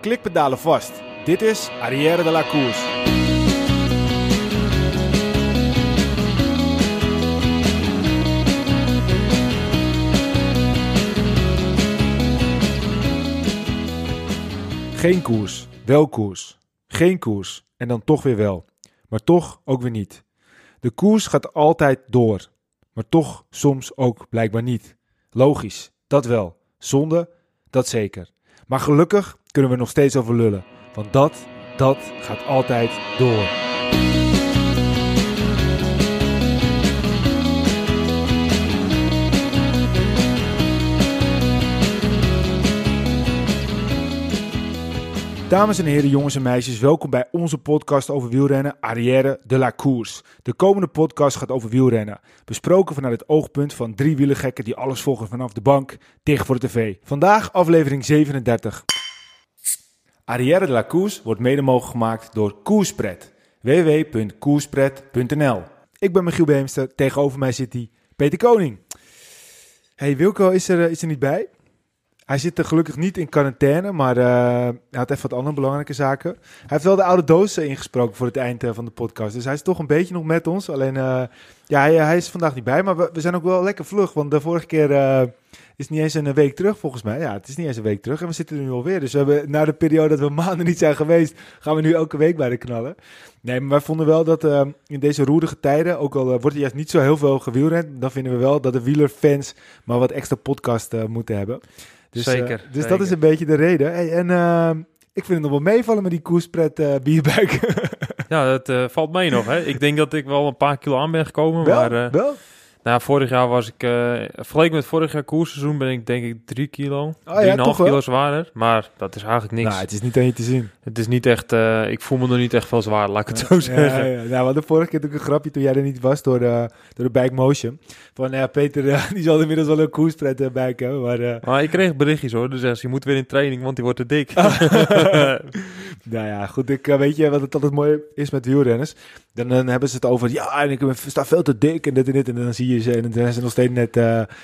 klikpedalen vast. Dit is Arrière de la Course. Geen koers, wel koers. Geen koers en dan toch weer wel. Maar toch ook weer niet. De koers gaat altijd door. Maar toch soms ook blijkbaar niet. Logisch, dat wel. Zonde, dat zeker. Maar gelukkig kunnen we er nog steeds over lullen. Want dat gaat altijd door. Dames en heren, jongens en meisjes, welkom bij onze podcast over wielrennen, Arrière de la Course. De komende podcast gaat over wielrennen. Besproken vanuit het oogpunt van 3 wielergekken die alles volgen vanaf de bank, dicht voor de tv. Vandaag aflevering 37. Arrière de la Course wordt mede mogelijk gemaakt door Koerspret. www.koerspret.nl. Ik ben Michiel Beemster, tegenover mij zit hij, Peter Koning. Hey, Wilco is er niet bij. Hij zit er gelukkig niet in quarantaine, maar hij had even wat andere belangrijke zaken. Hij heeft wel de oude doos ingesproken voor het eind van de podcast. Dus hij is toch een beetje nog met ons. Alleen, hij is vandaag niet bij, maar we zijn ook wel lekker vlug. Want de vorige keer is het niet eens een week terug volgens mij. Ja, het is niet eens een week terug en we zitten er nu alweer. Dus we hebben, na de periode dat we maanden niet zijn geweest, gaan we nu elke week bij de knallen. Nee, maar wij vonden wel dat in deze roerige tijden, ook al wordt er juist niet zo heel veel gewielrend, dan vinden we wel dat de wielerfans maar wat extra podcast moeten hebben. Dus, zeker. Dus dat is een beetje de reden. Hey, en ik vind het nog wel meevallen met die Koerspret bierbuik. Ja, het valt mee nog. Hè. Ik denk dat ik wel een paar kilo aan ben gekomen. Wel? Nou, vorig jaar was ik... vergeleken met vorig jaar koersseizoen ben ik denk ik 3 kilo. 3,5 kilo zwaarder. Maar dat is eigenlijk niks. Nou, het is niet aan je te zien. Het is niet echt... ik voel me nog niet echt veel zwaar, laat ik het zo zeggen. Ja. Nou, we hadden vorige keer natuurlijk een grapje toen jij er niet was door de Bike Motion. Van Peter, die zal inmiddels wel een Koerspret bike hebben. Maar ik kreeg berichtjes hoor. Dus je moet weer in training, want die wordt te dik. Nou ja, goed. Weet je wat het altijd mooi is met wielrenners? Dan hebben ze het over, ja, en ik sta veel te dik en dit en dit. En dan zie je ze en dan zijn ze nog steeds net,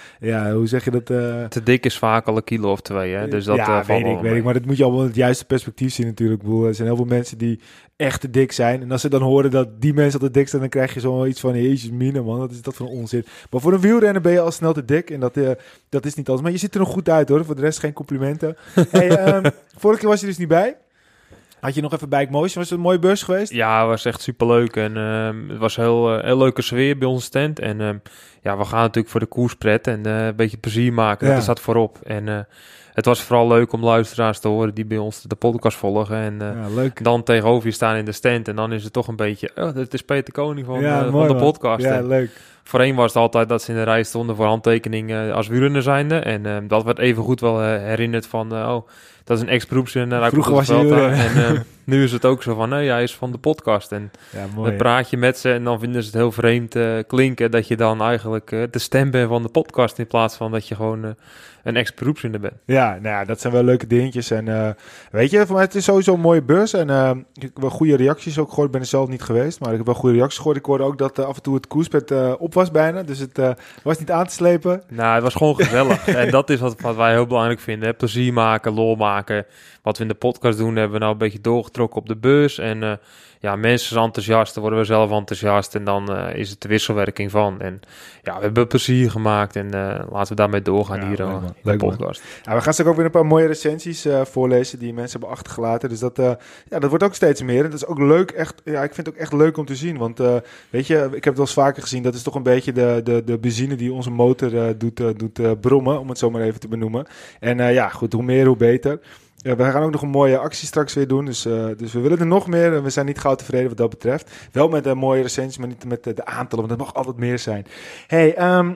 hoe zeg je dat? Te dik is vaak al 1 kilo of 2, hè? Dus dat ja, weet ik. Maar dat moet je allemaal in het juiste perspectief zien natuurlijk. Er zijn heel veel mensen die echt te dik zijn. En als ze dan horen dat die mensen al te dik zijn, dan krijg je zoiets van, jezus mine man, wat is dat voor een onzin. Maar voor een wielrenner ben je al snel te dik en dat is niet alles. Maar je ziet er nog goed uit hoor, voor de rest geen complimenten. Hey, vorige keer was je dus niet bij. Had je nog even Bike Motion? Was het een mooie beurs geweest? Ja, het was echt superleuk. En het was heel leuke sfeer bij onze stand. En we gaan natuurlijk voor de koerspret en een beetje plezier maken. Ja. Dat staat voorop. En het was vooral leuk om luisteraars te horen die bij ons de podcast volgen. En leuk. Dan tegenover je staan in de stand. En dan is het toch een beetje, dit is Peter Koning van de podcast. Ja, leuk. Voorheen was het altijd dat ze in de rij stonden voor handtekening als wielrenner zijnde. En dat werd even goed wel herinnerd van, dat is een ex-beroepsrenner. Vroeger was je en nu is het ook zo van, hij is van de podcast. En dan praat je met ze en dan vinden ze het heel vreemd klinken dat je dan eigenlijk de stem bent van de podcast in plaats van dat je gewoon een ex-beroepsrenner bent. Ja, nou ja, dat zijn wel leuke dingetjes. En weet je, voor mij het is sowieso een mooie beurs. En ik heb wel goede reacties ook gehoord. Ik ben er zelf niet geweest, maar ik heb wel goede reacties gehoord. Ik hoorde ook dat af en toe het koerspret op was bijna. Dus het was niet aan te slepen. Nou, het was gewoon gezellig. En dat is wat wij heel belangrijk vinden. Hè? Plezier maken, lol maken. Wat we in de podcast doen, hebben we nou een beetje doorgetrokken op de beurs. En mensen zijn enthousiast, dan worden we zelf enthousiast. En dan is het de wisselwerking van. En we hebben plezier gemaakt. En laten we daarmee doorgaan hier in de podcast. Ja, we gaan straks ook weer een paar mooie recensies voorlezen die mensen hebben achtergelaten. Dus dat wordt ook steeds meer. En dat is ook leuk. Echt, ik vind het ook echt leuk om te zien. Want weet je, ik heb het wel eens vaker gezien. Dat is toch een beetje de benzine die onze motor doet brommen. Om het zo maar even te benoemen. En goed, hoe meer, hoe beter. Ja, we gaan ook nog een mooie actie straks weer doen. Dus we willen er nog meer. En we zijn niet gauw tevreden wat dat betreft. Wel met mooie recensies, maar niet met de aantallen. Want het mag altijd meer zijn. Hey,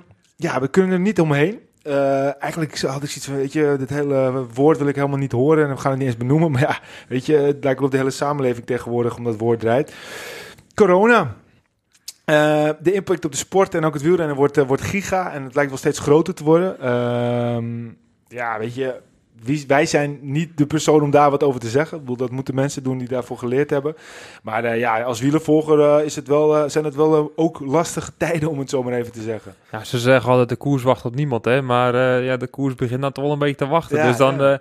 we kunnen er niet omheen. Eigenlijk had ik zoiets van, weet je, dit hele woord wil ik helemaal niet horen. En we gaan het niet eens benoemen. Maar ja, weet je, het lijkt wel op de hele samenleving tegenwoordig om dat woord draait. Corona. De impact op de sport en ook het wielrennen wordt giga. En het lijkt wel steeds groter te worden. Weet je... Wij zijn niet de persoon om daar wat over te zeggen. Ik bedoel, dat moeten mensen doen die daarvoor geleerd hebben. Maar als wielervolger zijn het wel ook lastige tijden, om het zo maar even te zeggen. Ja, ze zeggen altijd de koers wacht op niemand, hè. Maar de koers begint dan toch wel een beetje te wachten. Ja, dus dan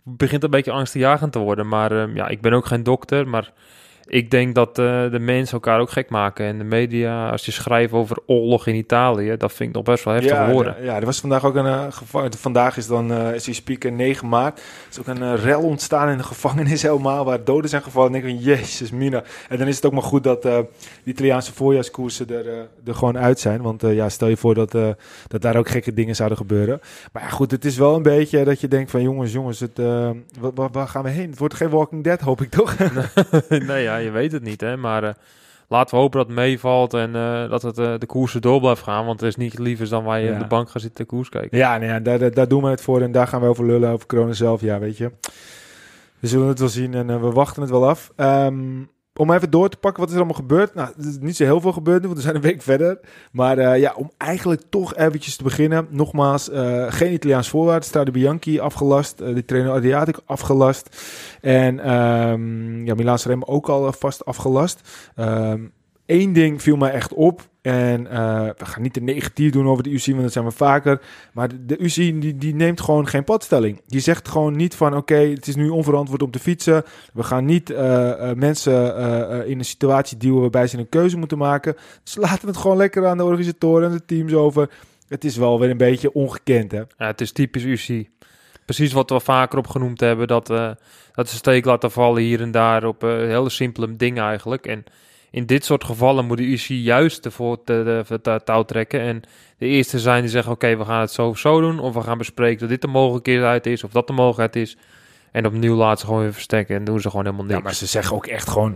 begint een beetje angstaanjagend te worden. Maar ik ben ook geen dokter, maar ik denk dat de mensen elkaar ook gek maken. En de media, als je schrijft over oorlog in Italië, dat vind ik nog best wel heftig horen. Ja, er was vandaag ook een gevangenis. Vandaag is die speaker 9 maart. Er is ook een rel ontstaan in de gevangenis helemaal, waar doden zijn gevallen. En dan denk ik, jezus mina. En dan is het ook maar goed dat de Italiaanse voorjaarskoersen er gewoon uit zijn. Want stel je voor dat daar ook gekke dingen zouden gebeuren. Maar ja, goed, het is wel een beetje dat je denkt van jongens, waar gaan we heen? Het wordt geen Walking Dead, hoop ik toch? Nee, ja, je weet het niet, hè. Maar laten we hopen dat het meevalt en dat het de koersen door blijft gaan. Want het is niet liever dan waar je op de bank gaat zitten koers kijken. Ja, daar doen we het voor en daar gaan we over lullen, over corona zelf. Ja, weet je. We zullen het wel zien en we wachten het wel af. Om even door te pakken, wat is er allemaal gebeurd? Nou, er is niet zo heel veel gebeurd nu, want we zijn een week verder. Maar om eigenlijk toch eventjes te beginnen. Nogmaals, geen Italiaans voorwaarts. Strade Bianchi afgelast. De Tirreno Adriatico afgelast. En Milaan Sanremo ook al vast afgelast. Eén ding viel mij echt op. En we gaan niet te negatief doen over de UCI, want dat zijn we vaker. Maar de UCI die neemt gewoon geen padstelling. Die zegt gewoon niet van oké, het is nu onverantwoord om te fietsen. We gaan niet mensen in een situatie duwen waarbij ze een keuze moeten maken. Dus laten het gewoon lekker aan de organisatoren en de teams over. Het is wel weer een beetje ongekend, hè? Ja, het is typisch UCI. Precies wat we vaker opgenoemd hebben. Dat ze steek laten vallen hier en daar op hele simpele dingen eigenlijk. En in dit soort gevallen moet de UCI juist ervoor de touw trekken. En de eerste zijn die zeggen, oké, we gaan het zo of zo doen. Of we gaan bespreken dat dit de mogelijkheid is. Of dat de mogelijkheid is. En opnieuw laten ze gewoon weer verstekken. En doen ze gewoon helemaal niks. Ja, maar ze zeggen ook echt gewoon...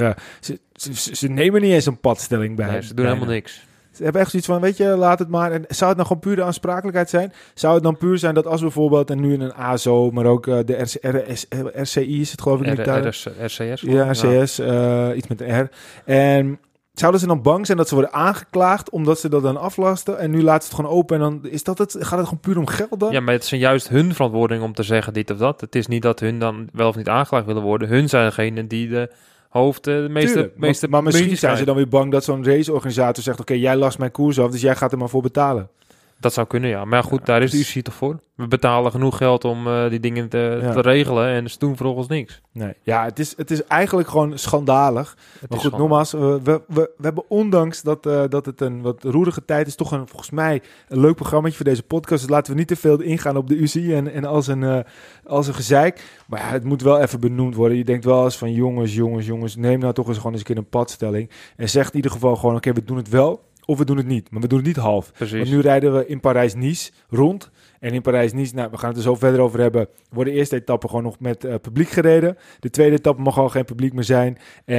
Ze nemen niet eens een padstelling bij. Nee, ze doen helemaal niks. Ze hebben echt zoiets van, weet je, laat het maar. En zou het nou gewoon puur de aansprakelijkheid zijn? Zou het dan puur zijn dat als bijvoorbeeld, en nu in een ASO, maar ook de RCI is het geloof ik niet daar. RCS? Ja, RCS, iets met een R. En zouden ze dan bang zijn dat ze worden aangeklaagd omdat ze dat dan aflasten? En nu laten ze het gewoon open en dan gaat het gewoon puur om geld dan? Ja, maar het is juist hun verantwoording om te zeggen dit of dat. Het is niet dat hun dan wel of niet aangeklaagd willen worden. Hun zijn degene die de de meeste maar misschien zijn ze dan weer bang dat zo'n raceorganisator zegt, oké, jij last mijn koers af, dus jij gaat er maar voor betalen. Dat zou kunnen, ja. Maar goed, daar is de UCI toch voor? We betalen genoeg geld om die dingen te regelen en ze doen vervolgens niks. Nee, ja, het is eigenlijk gewoon schandalig. Maar goed, nogmaals, we hebben ondanks dat het een wat roerige tijd is, toch volgens mij een leuk programmaatje voor deze podcast. Dus laten we niet te veel ingaan op de UCI en als een gezeik. Maar ja, het moet wel even benoemd worden. Je denkt wel eens van jongens, neem nou toch eens gewoon eens een keer een padstelling. En zeg in ieder geval gewoon, oké, we doen het wel. Of we doen het niet, maar we doen het niet half. Precies. Want nu rijden we in Parijs-Nice rond. En in Parijs-Nice, we gaan het er zo verder over hebben, wordt de eerste etappe gewoon nog met publiek gereden. De tweede etappe mag al geen publiek meer zijn.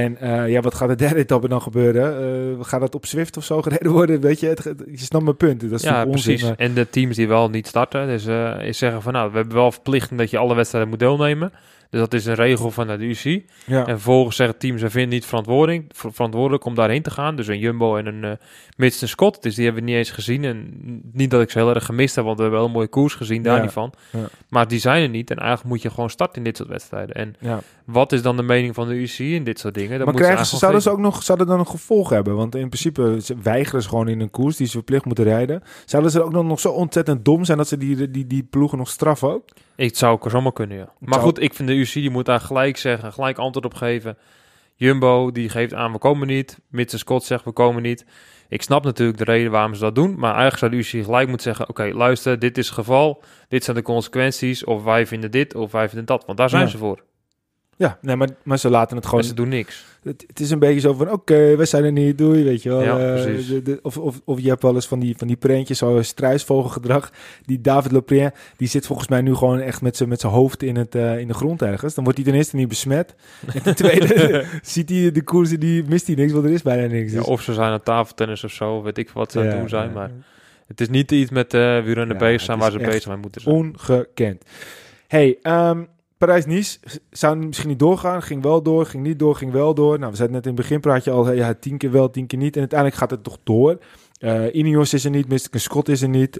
En wat gaat de derde etappe dan gebeuren? Gaat dat op Zwift of zo gereden worden? Weet je, je snapt mijn punt. Dat is precies. Onzin, maar... En de teams die wel niet starten, dus zeggen van we hebben wel verplichting dat je alle wedstrijden moet deelnemen. Dus dat is een regel van de UCI. Ja. En vervolgens zeggen teams, ze vinden niet verantwoordelijk om daarheen te gaan. Dus een Jumbo en een Mitchelton Scott. Dus die hebben we niet eens gezien. En niet dat ik ze heel erg gemist heb, want we hebben wel een mooie koers gezien, daar niet van. Ja. Maar die zijn er niet. En eigenlijk moet je gewoon starten in dit soort wedstrijden. En wat is dan de mening van de UCI in dit soort dingen? Dat maar zouden dan een gevolg hebben? Want in principe weigeren ze gewoon in een koers die ze verplicht moeten rijden. Zouden ze ook nog zo ontzettend dom zijn dat ze die ploegen nog straffen ook? Het zou ook zomaar kunnen, ja. Maar goed, ik vind de UCI, die moet daar gelijk antwoord op geven. Jumbo, die geeft aan, we komen niet. Mitchelton Scott zegt, we komen niet. Ik snap natuurlijk de reden waarom ze dat doen. Maar eigenlijk zou de UCI gelijk moeten zeggen, oké, luister, dit is het geval. Dit zijn de consequenties. Of wij vinden dit, of wij vinden dat. Want daar zijn ze voor. Ja, nee, maar ze laten het gewoon... En ze doen niks. Het is een beetje zo van, oké, we zijn er niet, doei, weet je wel. Ja, precies. Of je hebt wel eens van die prentjes, zo'n struisvogelgedrag. Die David Leprien, die zit volgens mij nu gewoon echt met zijn hoofd in de grond ergens. Dan wordt hij ten eerste niet besmet. En ten tweede ziet hij de koersen, die mist hij niks, want er is bijna niks. Ja, of ze zijn aan tafeltennis of zo, weet ik wat ze aan het doen zijn. Maar het is niet iets met wielrennen bezig zijn waar ze bezig mee moeten zijn. Ongekend. Hey, Parijs-Nice zou misschien niet doorgaan, ging wel door, ging niet door, ging wel door. Nou, we zeiden net in het beginpraatje al, 10 keer wel, 10 keer niet. En uiteindelijk gaat het toch door. Ineos is er niet, Mitchelton Scott is er niet,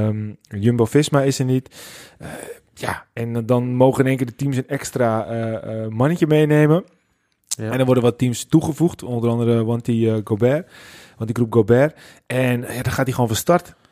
Jumbo-Visma is er niet. En dan mogen in één keer de teams een extra mannetje meenemen. Ja. En er worden wat teams toegevoegd, onder andere Wanty Groep Gobert. En dan gaat hij gewoon van start.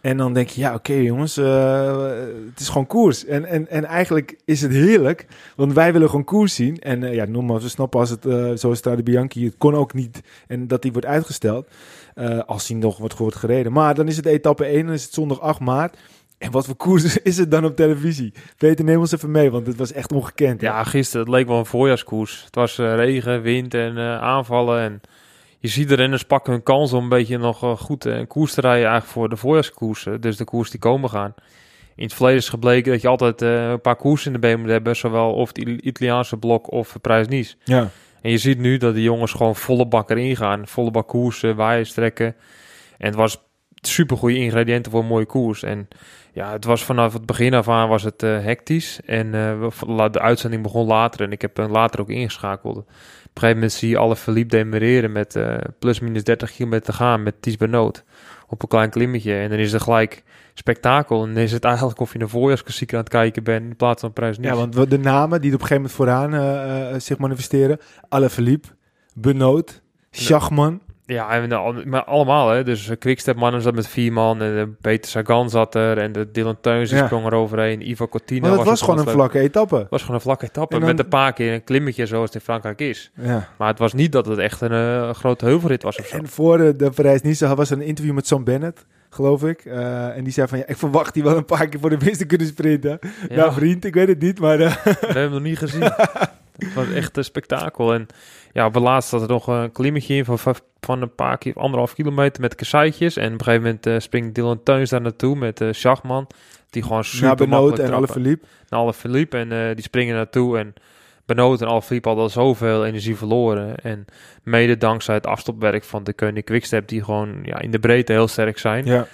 En dan denk je, ja, oké, jongens, het is gewoon koers. En eigenlijk is het heerlijk, want wij willen gewoon koers zien. En nogmaals, we snappen als het, zoals Strade Bianchi, het kon ook niet. En dat die wordt uitgesteld, als die nog wordt gereden. Maar dan is het etappe 1, dan is het zondag 8 maart. En wat voor koers is het dan op televisie? Peter, neem ons even mee, want het was echt ongekend. Hè? Ja, gisteren, het leek wel een voorjaarskoers. Het was regen, wind en aanvallen. En je ziet de renners pakken hun kans om een beetje nog goed een koers te rijden eigenlijk voor de voorjaarskoersen. Dus de koers die komen gaan. In het verleden is gebleken dat je altijd een paar koersen in de been moet hebben. Zowel of het Italiaanse blok of Parijs-Nice. Ja. En je ziet nu dat de jongens gewoon volle bak erin gaan. Volle bak koersen, waaiers trekken. En het was super goede ingrediënten voor een mooie koers. En ja, het was vanaf het begin af aan was het hectisch. En de uitzending begon later. En ik heb later ook ingeschakeld. Op een gegeven moment zie je Alaphilippe demereren met plus minus 30 kilometer te gaan met Thies Benoot op een klein klimmetje. En dan is er gelijk spektakel. En dan is het eigenlijk of je een voorjaarsklassieker aan het kijken bent in plaats van Parijs-Nice. Ja, want de namen die er op een gegeven moment vooraan zich manifesteren. Alaphilippe, Benoot, Schachman. Ja, maar allemaal, hè. Dus Quickstep-mannen zat met 4 man. En Peter Sagan zat er. En de Dylan Teuns sprong er overheen. Ivo Cortina. Maar het was gewoon een vlakke etappe. Het was gewoon een vlakke etappe. Dan, met een paar keer een klimmetje zoals het in Frankrijk is. Ja. Maar het was niet dat het echt een grote heuvelrit was of zo. En voor de Parijs-Nice was er een interview met Sam Bennett, geloof ik. En die zei van, ja, ik verwacht die wel een paar keer voor de winst te kunnen sprinten. Ja. Nou vriend, ik weet het niet, maar... We hebben hem nog niet gezien. Het was echt een spektakel. En ja, op het laatst zat er nog een klimmetje in van een paar keer, 1,5 kilometer met kasseitjes. En op een gegeven moment springt Dylan Teuns daar naartoe met Schachman. Die gewoon super makkelijk trappen. en Alaphilippe. Alaphilippe. En die springen naartoe. En Benoot en Alaphilippe hadden al zoveel energie verloren. En mede dankzij het afstopwerk van de Koenig Quickstep, die gewoon in de breedte heel sterk zijn. Ja.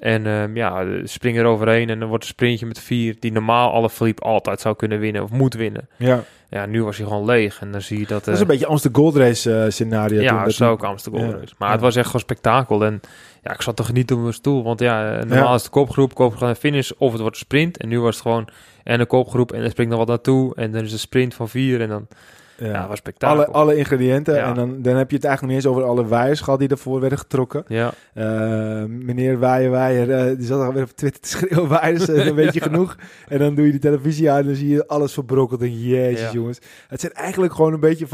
En springen er overheen en dan wordt een sprintje met 4 die normaal Alaphilippe altijd zou kunnen winnen of moet winnen. Ja. Ja, nu was hij gewoon leeg en dan zie je dat... Dat is een beetje Amsterdam Gold Race scenario. Ja, dat is ook Amsterdam Gold Race. Maar het was echt gewoon spektakel en ja, ik zat te genieten op mijn stoel. Want normaal is de kopgroep gaan finish of het wordt een sprint. En nu was het gewoon en een kopgroep en er springt nog wat naartoe. En dan is een sprint van 4 en dan... Ja, was spektakel. Alle ingrediënten. Ja. En dan heb je het eigenlijk niet eens over alle waaiers gehad die ervoor werden getrokken. Ja. Meneer Waaier, die zat alweer op Twitter te schreeuwen, waaiers, dan weet je genoeg. En dan doe je die televisie aan en dan zie je alles verbrokkeld. En jezus jongens. Het zijn eigenlijk gewoon een beetje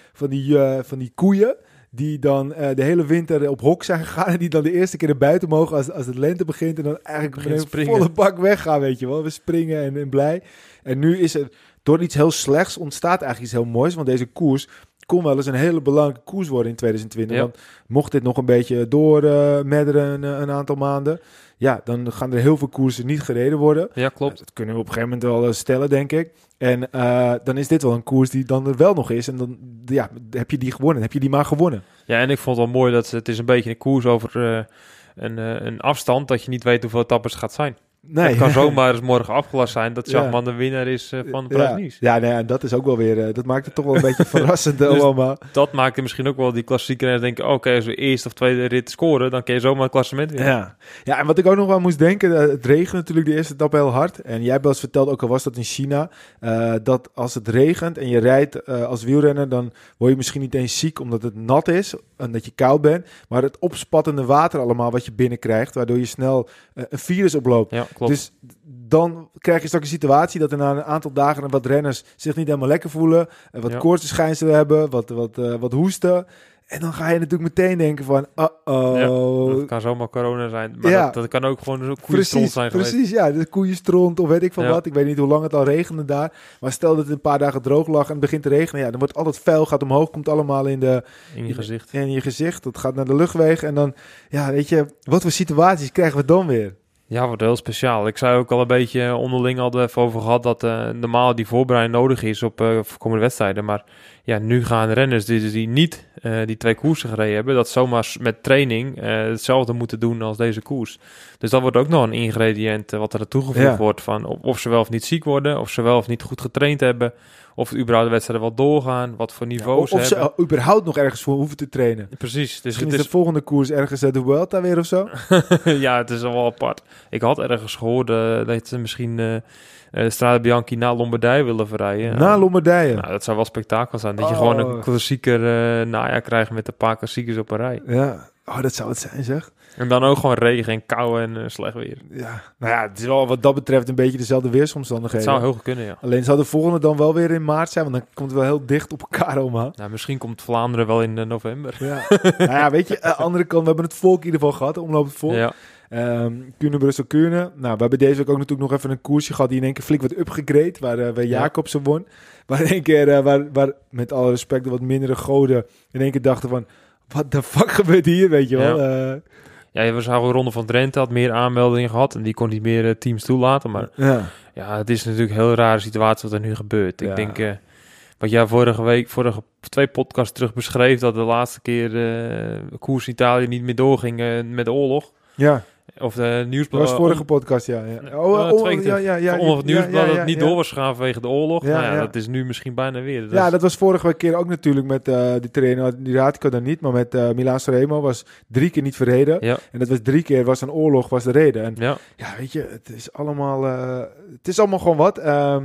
van die koeien die dan de hele winter op hok zijn gegaan en die dan de eerste keer naar buiten mogen als het lente begint en dan eigenlijk een volle bak weggaan, weet je wel. We springen en blij. En nu is er door iets heel slechts ontstaat eigenlijk iets heel moois, want deze koers kon wel eens een hele belangrijke koers worden in 2020. Ja. Want mocht dit nog een beetje doormedderen een aantal maanden, ja, dan gaan er heel veel koersen niet gereden worden. Ja, klopt. Dat kunnen we op een gegeven moment wel stellen, denk ik. En dan is dit wel een koers die dan er wel nog is. En dan heb je die gewonnen. Heb je die maar gewonnen. Ja, en ik vond het wel mooi dat het is een beetje een koers over een afstand dat je niet weet hoeveel etappes het gaat zijn. Nee. Het kan zomaar eens morgen afgelast zijn dat Schachman de winnaar is van de Parijs-Nice. Ja, dat is ook wel weer... dat maakt het toch wel een beetje verrassend dus allemaal. Dat maakte misschien ook wel die klassieker en denken, oké, als we eerste of tweede rit scoren, dan kun je zomaar een klassement winnen. Ja, en wat ik ook nog wel moest denken, het regent natuurlijk de eerste etappe heel hard. En jij hebt wel eens verteld, ook al was dat in China, dat als het regent en je rijdt als wielrenner, dan word je misschien niet eens ziek omdat het nat is en dat je koud bent. Maar het opspattende water allemaal wat je binnenkrijgt, waardoor je snel een virus oploopt. Ja, klopt. Dus dan krijg je straks een situatie dat er na een aantal dagen wat renners zich niet helemaal lekker voelen, wat koortsverschijnselen hebben, wat hoesten. En dan ga je natuurlijk meteen denken van, Ja, dat kan zomaar corona zijn. Maar dat kan ook gewoon een koeienstront zijn geweest. Precies, ja. De koeienstront of weet ik van wat. Ik weet niet hoe lang het al regende daar. Maar stel dat het een paar dagen droog lag en het begint te regenen. Ja, dan wordt al het vuil, gaat omhoog, komt allemaal in je gezicht. In je gezicht. Dat gaat naar de luchtwegen. En dan, ja, weet je, wat voor situaties krijgen we dan weer? Ja, wordt heel speciaal. Ik zei ook al een beetje onderling al even over gehad dat normaal die voorbereiding nodig is op komende wedstrijden. Maar ja, nu gaan renners die niet die 2 koersen gereden hebben, dat zomaar met training hetzelfde moeten doen als deze koers. Dus dat wordt ook nog een ingrediënt wat er toegevoegd wordt van of ze wel of niet ziek worden, of ze wel of niet goed getraind hebben, of überhaupt de wedstrijden wel doorgaan, wat voor niveaus of ze überhaupt nog ergens voor hoeven te trainen. Precies. Dus het is de volgende koers ergens de Vuelta weer of zo? Ja, het is wel apart. Ik had ergens gehoord dat ze misschien Strade Bianchi na Lombardije willen verrijden. Na Lombardije? Nou, dat zou wel spektakel zijn. Dat je gewoon een klassieker najaar krijgt met een paar klassiekers op een rij. Ja, dat zou het zijn zeg. En dan ook gewoon regen en kou en slecht weer. Ja, nou ja, het is wel wat dat betreft een beetje dezelfde weersomstandigheden. Het zou heel goed kunnen, ja. Alleen zou de volgende dan wel weer in maart zijn, want dan komt het wel heel dicht op elkaar allemaal. Nou, misschien komt Vlaanderen wel in november. Ja. Nou ja, weet je, andere kant, we hebben het volk in ieder geval gehad, Omloop het Volk. Ja. Kuurne, Brussel, Kuurne. Nou, we hebben deze week ook natuurlijk nog even een koersje gehad die in één keer flink werd upgegrade, waar Jacobsen won. Waar in één keer, waar met alle respect de wat mindere goden in één keer dachten van, wat de fuck gebeurt hier, weet je wel. Ja, we zagen Ronde van Drenthe had meer aanmeldingen gehad en die kon niet meer teams toelaten. Maar ja, het is natuurlijk een heel rare situatie wat er nu gebeurt. Ik denk, wat jij vorige 2 podcasts terug beschreef, dat de laatste keer koers in Italië niet meer doorging met de oorlog. Ja. Of de nieuwsblad. Dat was vorige podcast, ja. Of het nieuwsblad dat het niet door was gegaan vanwege de oorlog. Ja, nou ja, dat is nu misschien bijna weer. Dat was vorige keer ook natuurlijk met die trainer, die Ratico dan niet, maar met Milan Sanremo was 3 keer niet verreden. Ja. En dat was 3 keer, was een oorlog, was de reden. En ja, weet je, het is allemaal gewoon wat.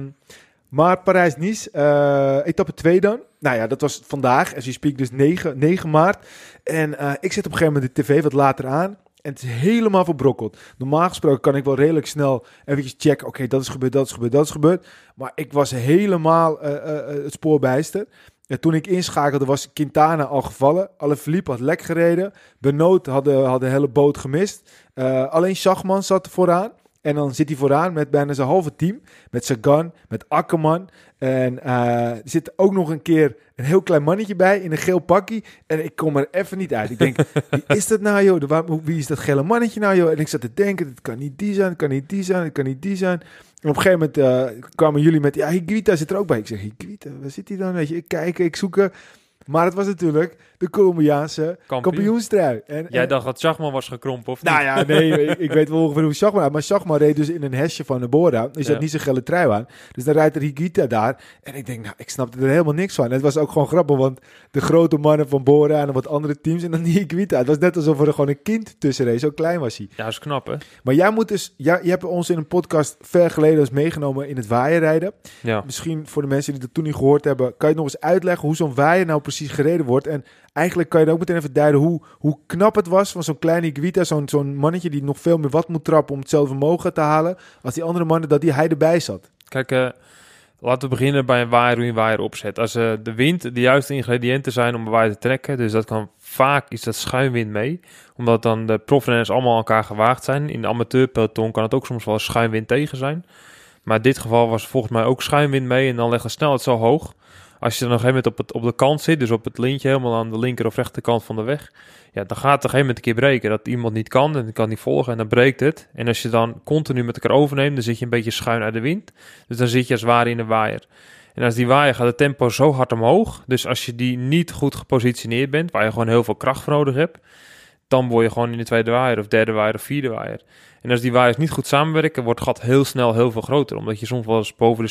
Maar Parijs-Nice, etappe 2 dan. Nou ja, dat was vandaag, as you speak, dus 9 maart. En ik zet op een gegeven moment de tv wat later aan. En het is helemaal verbrokkeld. Normaal gesproken kan ik wel redelijk snel eventjes checken. Oké, dat is gebeurd, dat is gebeurd, dat is gebeurd. Maar ik was helemaal het spoor bijster. En toen ik inschakelde was Quintana al gevallen. Alaphilippe had lek gereden. Benoot had de hele boot gemist. Alleen Schachman zat vooraan. En dan zit hij vooraan met bijna zijn halve team. Met Sagan, met Akkerman. En er zit ook nog een keer een heel klein mannetje bij in een geel pakkie. En ik kom er even niet uit. Ik denk, wie is dat nou, joh? Wie is dat gele mannetje nou, joh? En ik zat te denken, het kan niet die zijn, het kan niet die zijn, het kan niet die zijn. En op een gegeven moment kwamen jullie met, ja, Higuita zit er ook bij. Ik zeg, Higuita, waar zit hij dan? Weet je, ik kijk, ik zoek. Maar het was natuurlijk de Colombiaanse kampioenstrui. Jij dacht dat Schachman was gekrompen, of niet? Nou ja, nee, ik weet wel ongeveer hoe Schachman... Maar Schachman reed dus in een hesje van de Bora. Dus had niet zijn gele trui aan. Dus dan rijdt er Higuita daar. En ik denk, nou, ik snapte er helemaal niks van. En het was ook gewoon grappig, want de grote mannen van Bora en wat andere teams... en dan die Higuita. Het was net alsof er gewoon een kind tussen reed. Zo klein was hij. Ja, dat is knap, hè? Maar jij moet dus... je hebt ons in een podcast ver geleden dus meegenomen in het waaierrijden. Ja. Misschien voor de mensen die dat toen niet gehoord hebben... kan je nog eens uitleggen hoe zo'n waaier nou precies gereden wordt... En eigenlijk kan je ook meteen even duiden hoe knap het was van zo'n kleine Higuita, zo'n mannetje die nog veel meer wat moet trappen om hetzelfde vermogen te halen als die andere mannen, dat hij erbij zat. Kijk, laten we beginnen bij een waaier, hoe je een waaier opzet. Als de wind de juiste ingrediënten zijn om een waaier te trekken, dus dat kan vaak is dat schuimwind mee, omdat dan de profrenners allemaal elkaar gewaagd zijn. In de amateurpeloton kan het ook soms wel schuimwind tegen zijn. Maar in dit geval was volgens mij ook schuimwind mee en dan legt de snelheid zo hoog. Als je dan op een gegeven moment op de kant zit, dus op het lintje helemaal aan de linker of rechterkant van de weg, ja, dan gaat het op een gegeven moment een keer breken. Dat iemand niet kan en kan niet volgen en dan breekt het. En als je dan continu met elkaar overneemt, dan zit je een beetje schuin uit de wind. Dus dan zit je als het ware in een waaier. En als die waaier gaat het tempo zo hard omhoog, dus als je die niet goed gepositioneerd bent, waar je gewoon heel veel kracht voor nodig hebt, dan word je gewoon in de tweede waaier of derde waaier of vierde waaier. En als die waaiers niet goed samenwerken, wordt het gat heel snel heel veel groter. Omdat je soms wel eens boven de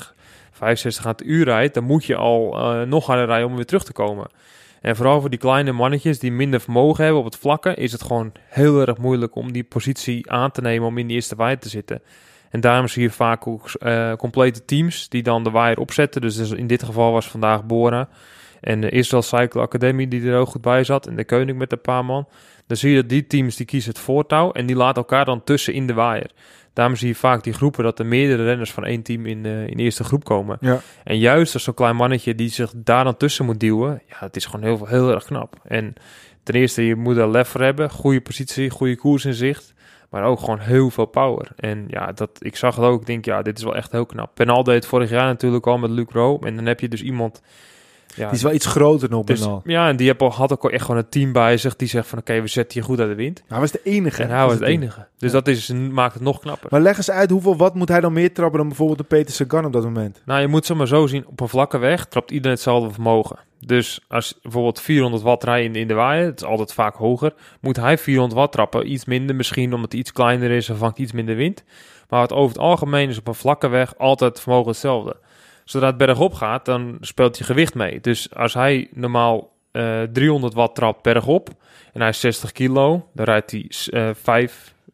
65 aan het uur rijdt, dan moet je al nog harder rijden om weer terug te komen. En vooral voor die kleine mannetjes die minder vermogen hebben op het vlakke, is het gewoon heel erg moeilijk om die positie aan te nemen om in die eerste waaier te zitten. En daarom zie je vaak ook complete teams die dan de waaier opzetten. Dus in dit geval was vandaag Bora en de Israel Cycle Academy die er ook goed bij zat en de Koning met een paar man. Dan zie je dat die teams die kiezen het voortouw en die laten elkaar dan tussen in de waaier. Daarom zie je vaak die groepen dat er meerdere renners van één team in de eerste groep komen. Ja. En juist als zo'n klein mannetje die zich daar dan tussen moet duwen, ja, het is gewoon heel erg knap. En ten eerste, je moet er lef voor hebben, goede positie, goede koersinzicht, maar ook gewoon heel veel power. En ja, ik zag het ook, ik denk, ja, dit is wel echt heel knap. Penal deed het vorig jaar natuurlijk al met Luc Rowe en dan heb je dus iemand... Ja, die is wel iets groter nog. Dus, ja, en die had ook echt gewoon een team bij zich die zegt van oké, we zetten je goed uit de wind. Hij was de enige. En hij was het enige. Dus dat maakt het nog knapper. Maar leg eens uit, hoeveel watt moet hij dan meer trappen dan bijvoorbeeld de Peter Sagan op dat moment? Nou, je moet het maar zo zien, op een vlakke weg trapt iedereen hetzelfde vermogen. Dus als bijvoorbeeld 400 watt rijden in de waaier, het is altijd vaak hoger, moet hij 400 watt trappen. Iets minder misschien, omdat hij iets kleiner is en vangt iets minder wind. Maar over het algemeen is op een vlakke weg altijd het vermogen hetzelfde. Zodra het bergop gaat, dan speelt hij gewicht mee. Dus als hij normaal 300 watt trapt bergop en hij is 60 kilo, dan rijdt hij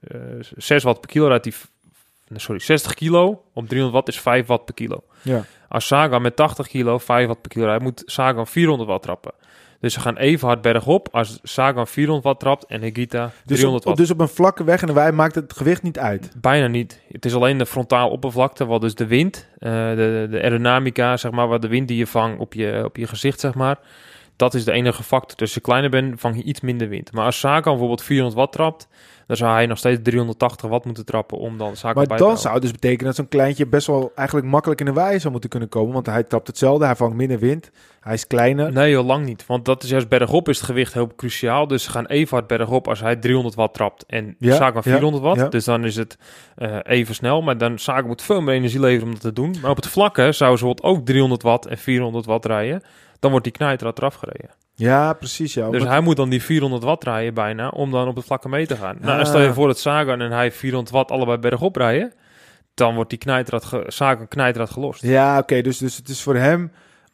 6 watt per kilo. Rijdt hij, 60 kilo op 300 watt is 5 watt per kilo. Ja. Als Sagan met 80 kilo 5 watt per kilo rijdt, moet Sagan 400 watt trappen. Dus ze gaan even hard bergop als Sagan 400 watt trapt en Higuita 300 watt. Dus op een vlakke weg en de wei maakt het gewicht niet uit? Bijna niet. Het is alleen de frontaal oppervlakte, wat dus de wind, de aerodynamica, zeg maar, wat de wind die je vangt op je gezicht, zeg maar. Dat is de enige factor. Dus als je kleiner bent, vang je iets minder wind. Maar als Sagan bijvoorbeeld 400 watt trapt, dan zou hij nog steeds 380 watt moeten trappen om dan Sagan bij te houden. Maar dan zou het dus betekenen dat zo'n kleintje best wel eigenlijk makkelijk in de wei zou moeten kunnen komen. Want hij trapt hetzelfde, hij vangt minder wind, hij is kleiner. Nee, heel lang niet. Want dat is juist bergop is het gewicht heel cruciaal. Dus ze gaan even hard bergop als hij 300 watt trapt en Sagan 400 watt. Ja. Dus dan is het even snel. Maar dan Sagan moet veel meer energie leveren om dat te doen. Maar op het vlakke zou ze ook 300 watt en 400 watt rijden. Dan wordt die knijterad eraf gereden. Ja, precies. Ja. Dus hij moet dan die 400 watt rijden bijna om dan op het vlakke mee te gaan. Nou, stel je voor dat Sagan en hij 400 watt allebei bergop rijden, dan wordt die Sagan knijterad gelost. Ja, oké. Dus het is voor hem,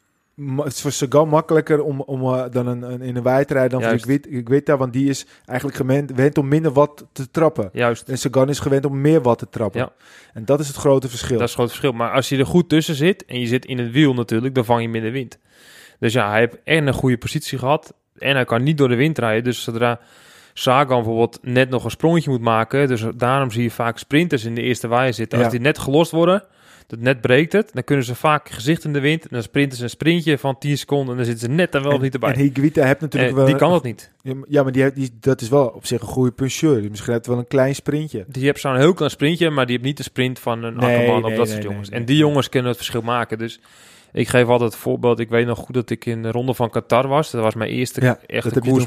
het is voor Sagan makkelijker om dan in een wei te rijden dan voor Higuita, want die is eigenlijk gewend om minder watt te trappen. Juist. En Sagan is gewend om meer watt te trappen. Ja. En dat is het grote verschil. Dat is het grote verschil. Maar als je er goed tussen zit en je zit in het wiel natuurlijk, dan vang je minder wind. Dus ja, hij heeft en een goede positie gehad en hij kan niet door de wind rijden. Dus zodra Sagan bijvoorbeeld net nog een sprongetje moet maken, dus daarom zie je vaak sprinters in de eerste wei zitten. Als die net gelost worden, dat net breekt het, dan kunnen ze vaak gezicht in de wind en dan sprinten ze een sprintje van 10 seconden en dan zitten ze net en wel niet erbij. En Higuita heeft natuurlijk wel... Die kan dat niet. Ja, maar dat is wel op zich een goede puncheur. Misschien heeft hij wel een klein sprintje. Die heeft zo'n heel klein sprintje, maar die heeft niet de sprint van een Akkerman of dat soort jongens. En die jongens kunnen het verschil maken, dus... Ik geef altijd het voorbeeld. Ik weet nog goed dat ik in de Ronde van Qatar was. Dat was mijn eerste echte koers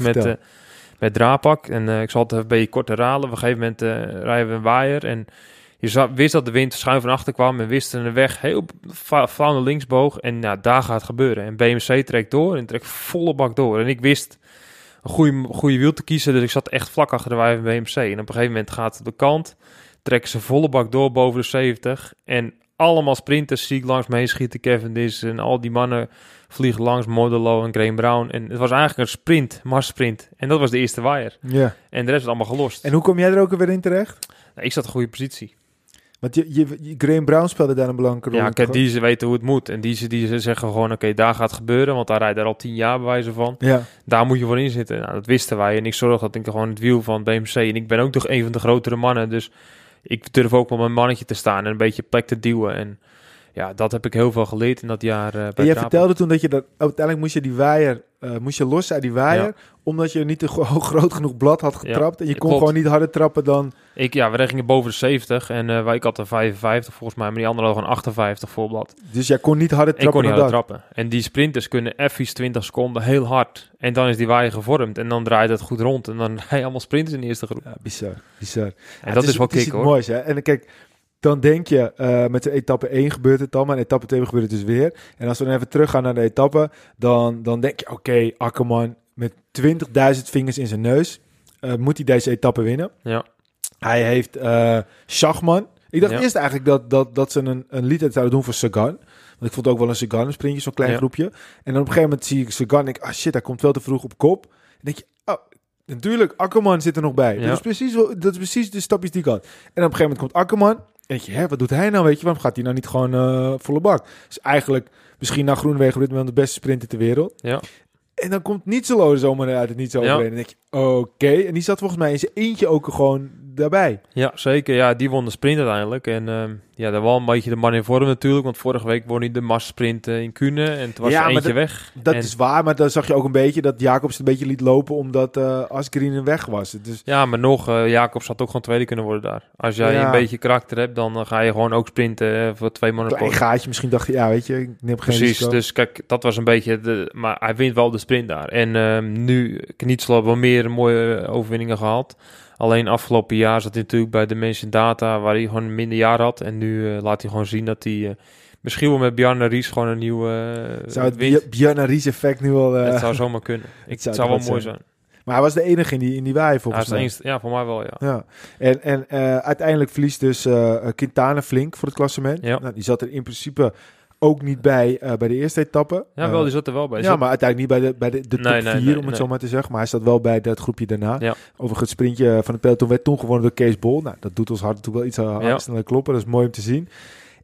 met draadpak. En ik zal het een beetje kort herhalen. Op een gegeven moment rijden we een waaier. En je wist dat de wind schuin van achter kwam. En wist een weg heel flauw naar links boog. En ja, daar gaat het gebeuren. En BMC trekt door en trekt volle bak door. En ik wist een goede wiel te kiezen. Dus ik zat echt vlak achter de waaier van BMC. En op een gegeven moment gaat het de kant. Trekken ze volle bak door boven de 70. En... allemaal sprinters zie ik langs me heen schieten. Cavendish en al die mannen vliegen langs. Modelo en Graham Brown. En het was eigenlijk een sprint, marssprint. En dat was de eerste waaier. Ja. En de rest is allemaal gelost. En hoe kom jij er ook weer in terecht? Nou, ik zat in een goede positie. Want je Graham Brown speelde daar een belangrijke rol. Ja, kijk, die weten hoe het moet. En die zeggen gewoon, oké, daar gaat het gebeuren. Want daar rijdt er al 10 jaar bij wijze van. Ja. Daar moet je voor in zitten. Nou, dat wisten wij. En ik zorg dat ik gewoon het wiel van BMC. En ik ben ook toch een van de grotere mannen. Dus... ik durf ook wel mijn mannetje te staan en een beetje plek te duwen. En ja, dat heb ik heel veel geleerd in dat jaar. En jij vertelde toen dat je dat uiteindelijk moest je die waaier moest je los uit die waaier, omdat je niet een groot genoeg blad had getrapt en je kon gewoon niet harder trappen dan... We gingen boven de 70 en ik had er 55 volgens mij, maar die andere hadden gewoon 58 voor blad. Dus jij kon niet harder trappen Ik kon niet harder trappen. En die sprinters kunnen even 20 seconden heel hard. En dan is die waaier gevormd en dan draait het goed rond en dan rij je allemaal sprinters in de eerste groep. Ja, bizar. En dat is wel kick, hoor. Moois, hè? En kijk... dan denk je, met de etappe 1 gebeurt het dan, maar in etappe 2 gebeurt het dus weer. En als we dan even teruggaan naar de etappe, dan denk je, oké, Akkerman met 20.000 vingers in zijn neus, moet hij deze etappe winnen. Ja. Hij heeft Schachman. Ik dacht eerst eigenlijk dat ze een lied zouden doen voor Sagan. Want ik vond ook wel een Sagan, een sprintje, zo'n klein groepje. En dan op een gegeven moment zie ik Sagan en denk shit, hij komt veel te vroeg op kop. En denk je, natuurlijk, Akkerman zit er nog bij. Ja. Dat is precies de stapjes die ik had. En op een gegeven moment komt Akkerman. En denk je, wat doet hij nou, weet je? Waarom gaat hij nou niet gewoon volle bak? Dus eigenlijk misschien naar Groenewegen op dit moment de beste sprinter ter wereld. Ja. En dan komt Nietzsche zomaar uit het niets overheen. En dan denk je, oké. En die zat volgens mij in zijn eentje ook gewoon daarbij. Ja, zeker. Ja, die won de sprint uiteindelijk. En dat was een beetje de man in vorm natuurlijk. Want vorige week won hij de massasprint in Kuurne. En toen was er eentje weg. Dat is waar, maar dan zag je ook een beetje dat Jacobs een beetje liet lopen omdat Asgreen weg was. Dus... Ja, maar Jacobs had ook gewoon tweede kunnen worden daar. Als jij een beetje karakter hebt, dan ga je gewoon ook sprinten voor 2 man. Een gaatje misschien dacht je, weet je, ik neem geen risico. Dus kijk, dat was een beetje... maar hij wint wel de sprint daar. En nu, Knitsel heeft wel meer mooie overwinningen gehaald. Alleen afgelopen jaar zat hij natuurlijk bij de Dimension Data, waar hij gewoon minder jaar had. En nu laat hij gewoon zien dat hij misschien wel met Bjarne Ries gewoon een nieuwe zou het Bjarne Ries effect nu al... Het zou zomaar kunnen. Het zou wel mooi zijn. Maar hij was de enige in die waai volgens mij. Ja, voor mij wel, ja. En uiteindelijk verliest dus Quintana flink voor het klassement. Ja. Nou, die zat er in principe ook niet bij de eerste etappe. Ja, wel, die zat er wel bij. Ja, maar uiteindelijk niet bij de top 4, om het zo maar te zeggen. Maar hij zat wel bij dat groepje daarna. Ja. Overigens, het sprintje van het peloton werd toen gewonnen door Kees Bol. Nou, dat doet ons hart natuurlijk wel iets sneller kloppen. Dat is mooi om te zien.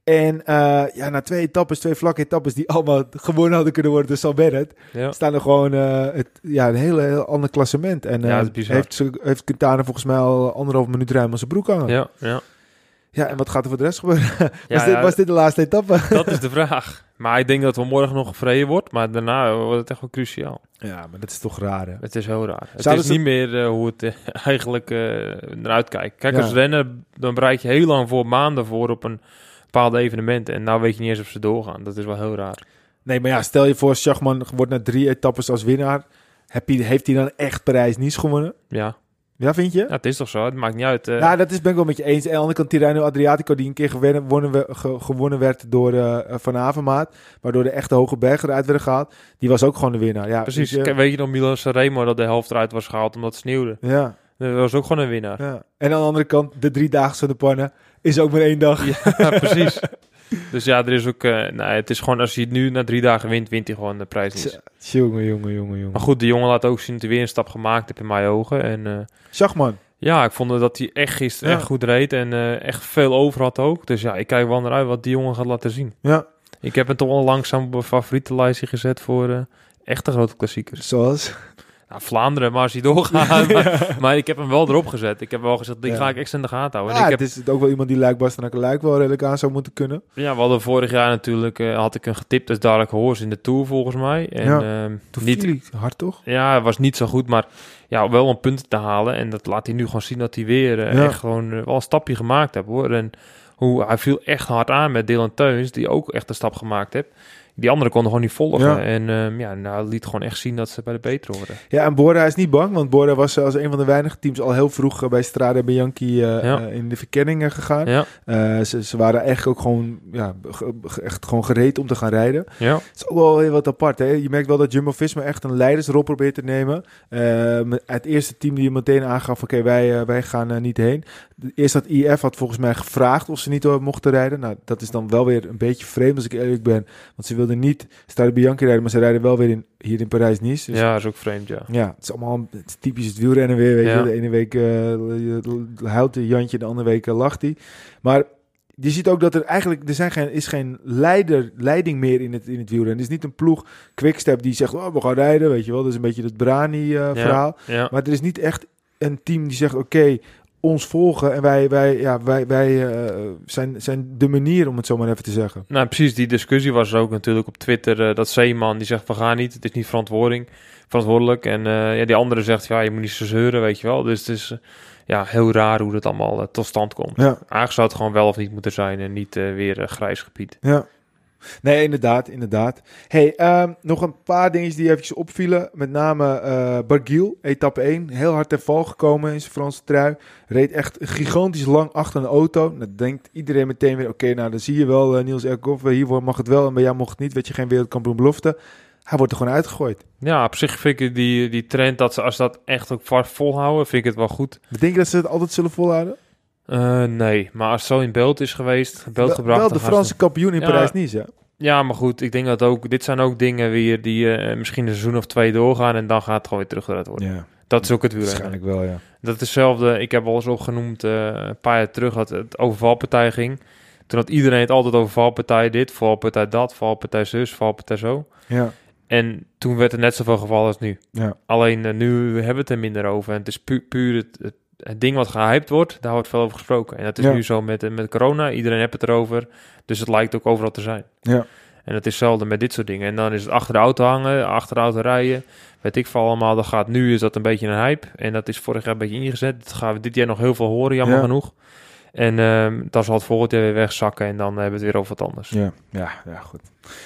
En na 2 vlakke etappes die allemaal gewonnen hadden kunnen worden door Sam Bennett, staan er gewoon een heel ander klassement. En heeft Quintana volgens mij al 1,5 minuut ruim aan zijn broek hangen. Ja, en wat gaat er voor de rest gebeuren? Was dit de laatste etappe? Dat is de vraag. Maar ik denk dat we morgen nog gevreden wordt, maar daarna wordt het echt wel cruciaal. Ja, maar dat is toch raar, hè? Het is heel raar. Het is niet meer hoe het eigenlijk eruit kijkt. Kijk, als renner, dan bereid je heel lang maanden voor op een bepaalde evenementen. En nou weet je niet eens of ze doorgaan. Dat is wel heel raar. Nee, maar ja, stel je voor, Schachman wordt na 3 etappes als winnaar. Heeft hij dan echt Parijs-Nice gewonnen? Ja. Ja, vind je? Ja, het is toch zo? Het maakt niet uit. Ja, ben ik wel met je eens. En aan de andere kant Tirreno Adriatico, die een keer gewonnen werd door Van Avermaat, waardoor de echte hoge bergen eruit werden gehaald. Die was ook gewoon de winnaar. Ja, precies. Dus, weet je nog Milan Sanremo dat de helft eruit was gehaald omdat het sneeuwde? Ja. Dat was ook gewoon een winnaar. Ja. En aan de andere kant, de 3-daagse van de Panne is ook maar 1 dag. Ja, precies. Dus ja, er is ook... het is gewoon, als hij het nu na 3 dagen wint hij gewoon de prijs niet. Jongen. Maar goed, de jongen laat ook zien dat hij weer een stap gemaakt heeft in mijn ogen. En, Schachman. Ja, ik vond dat hij echt gisteren echt goed reed en echt veel over had ook. Dus ja, ik kijk wel naar uit wat die jongen gaat laten zien. Ja. Ik heb hem toch al langzaam op mijn favorietenlijstje gezet voor echte grote klassiekers. Zoals? Vlaanderen, maar als hij doorgaat. Maar ik heb hem wel erop gezet. Ik heb wel gezegd, die ga ik extra in de gaten houden. Ja, het is ook wel iemand die Luik wel redelijk aan zou moeten kunnen. Ja, we hadden vorig jaar natuurlijk, had ik een getipt als Dark Horse in de Tour volgens mij. En, toen viel hij hard toch? Ja, het was niet zo goed, maar ja, wel om punten te halen. En dat laat hij nu gewoon zien dat hij weer echt gewoon wel een stapje gemaakt heeft hoor. En hij viel echt hard aan met Dylan Teuns, die ook echt een stap gemaakt heeft. Die anderen konden gewoon niet volgen. Ja. En liet gewoon echt zien dat ze bij de beter horen. Ja, en Bora is niet bang. Want Bora was als een van de weinige teams al heel vroeg bij Strade Bianchi in de verkenningen gegaan. Ja. Ze waren eigenlijk ook gewoon, echt gewoon gereed om te gaan rijden. Ja. Het is ook wel heel wat apart. Hè? Je merkt wel dat Jumbo-Visma echt een leidersrol probeert te nemen. Het eerste team die meteen aangaf, oké, wij gaan niet heen. Eerst had IF had volgens mij gevraagd of ze niet mochten rijden. Nou, dat is dan wel weer een beetje vreemd als ik eerlijk ben. Want ze wilden niet Strade Bianchi rijden, maar ze rijden wel weer hier in Parijs-Nice. Dus, ja, dat is ook vreemd, ja. Ja, het is allemaal typisch het wielrennen weer, weet je. De ene week huilt Jantje, de andere week lacht hij. Maar je ziet ook dat er is geen leiding meer in het wielrennen. Het is niet een ploeg Quickstep die zegt, we gaan rijden, weet je wel. Dat is een beetje het Brani-verhaal. Ja. Maar er is niet echt een team die zegt, oké, ons volgen en wij zijn de manier, om het zo maar even te zeggen. Nou, precies, die discussie was er ook natuurlijk op Twitter, dat Zeeman die zegt, we gaan niet, het is niet verantwoordelijk. En die andere zegt, je moet niet zo zeuren, weet je wel. Dus het is heel raar hoe dat allemaal tot stand komt. Ja. Eigenlijk zou het gewoon wel of niet moeten zijn en niet weer grijs gebied. Ja. Nee, inderdaad. Hey, nog een paar dingetjes die eventjes opvielen. Met name Barguil, etappe 1. Heel hard ten val gekomen in zijn Franse trui. Reed echt gigantisch lang achter een auto. Dan denkt iedereen meteen weer, oké, nou dan zie je wel, Niels Eekhoff, hier mag het wel en bij jou mocht het niet. Weet je, geen wereldkampioen belofte. Hij wordt er gewoon uitgegooid. Ja, op zich vind ik die trend, dat ze als ze dat echt ook vast volhouden, vind ik het wel goed. Denk je dat ze het altijd zullen volhouden? Nee, maar als het zo in beeld is geweest, gebracht... Wel de Franse kampioen in Parijs-Nice, ja. Ja, maar goed, ik denk dat ook... Dit zijn ook dingen weer die misschien een seizoen of 2 doorgaan en dan gaat het gewoon weer teruggedraaid worden. Ja. Dat is ook het wielrennen. Waarschijnlijk wel, ja. Dat is hetzelfde, ik heb al eens opgenoemd, een paar jaar terug, dat het over valpartij ging. Toen had iedereen het altijd over valpartij dit, valpartij dat, valpartij zus, valpartij zo. Ja. En toen werd er net zoveel gevallen als nu. Ja. Alleen nu hebben we het er minder over. En het is puur het ding wat gehyped wordt, daar wordt veel over gesproken. En dat is nu zo met corona. Iedereen heeft het erover. Dus het lijkt ook overal te zijn. Ja. En het is zelden met dit soort dingen. En dan is het achter de auto hangen, achter de auto rijden. Weet ik veel allemaal. Nu is dat een beetje een hype. En dat is vorig jaar een beetje ingezet. Dat gaan we dit jaar nog heel veel horen, jammer genoeg. En dan zal het volgend jaar weer wegzakken. En dan hebben we het weer over wat anders. Ja, goed.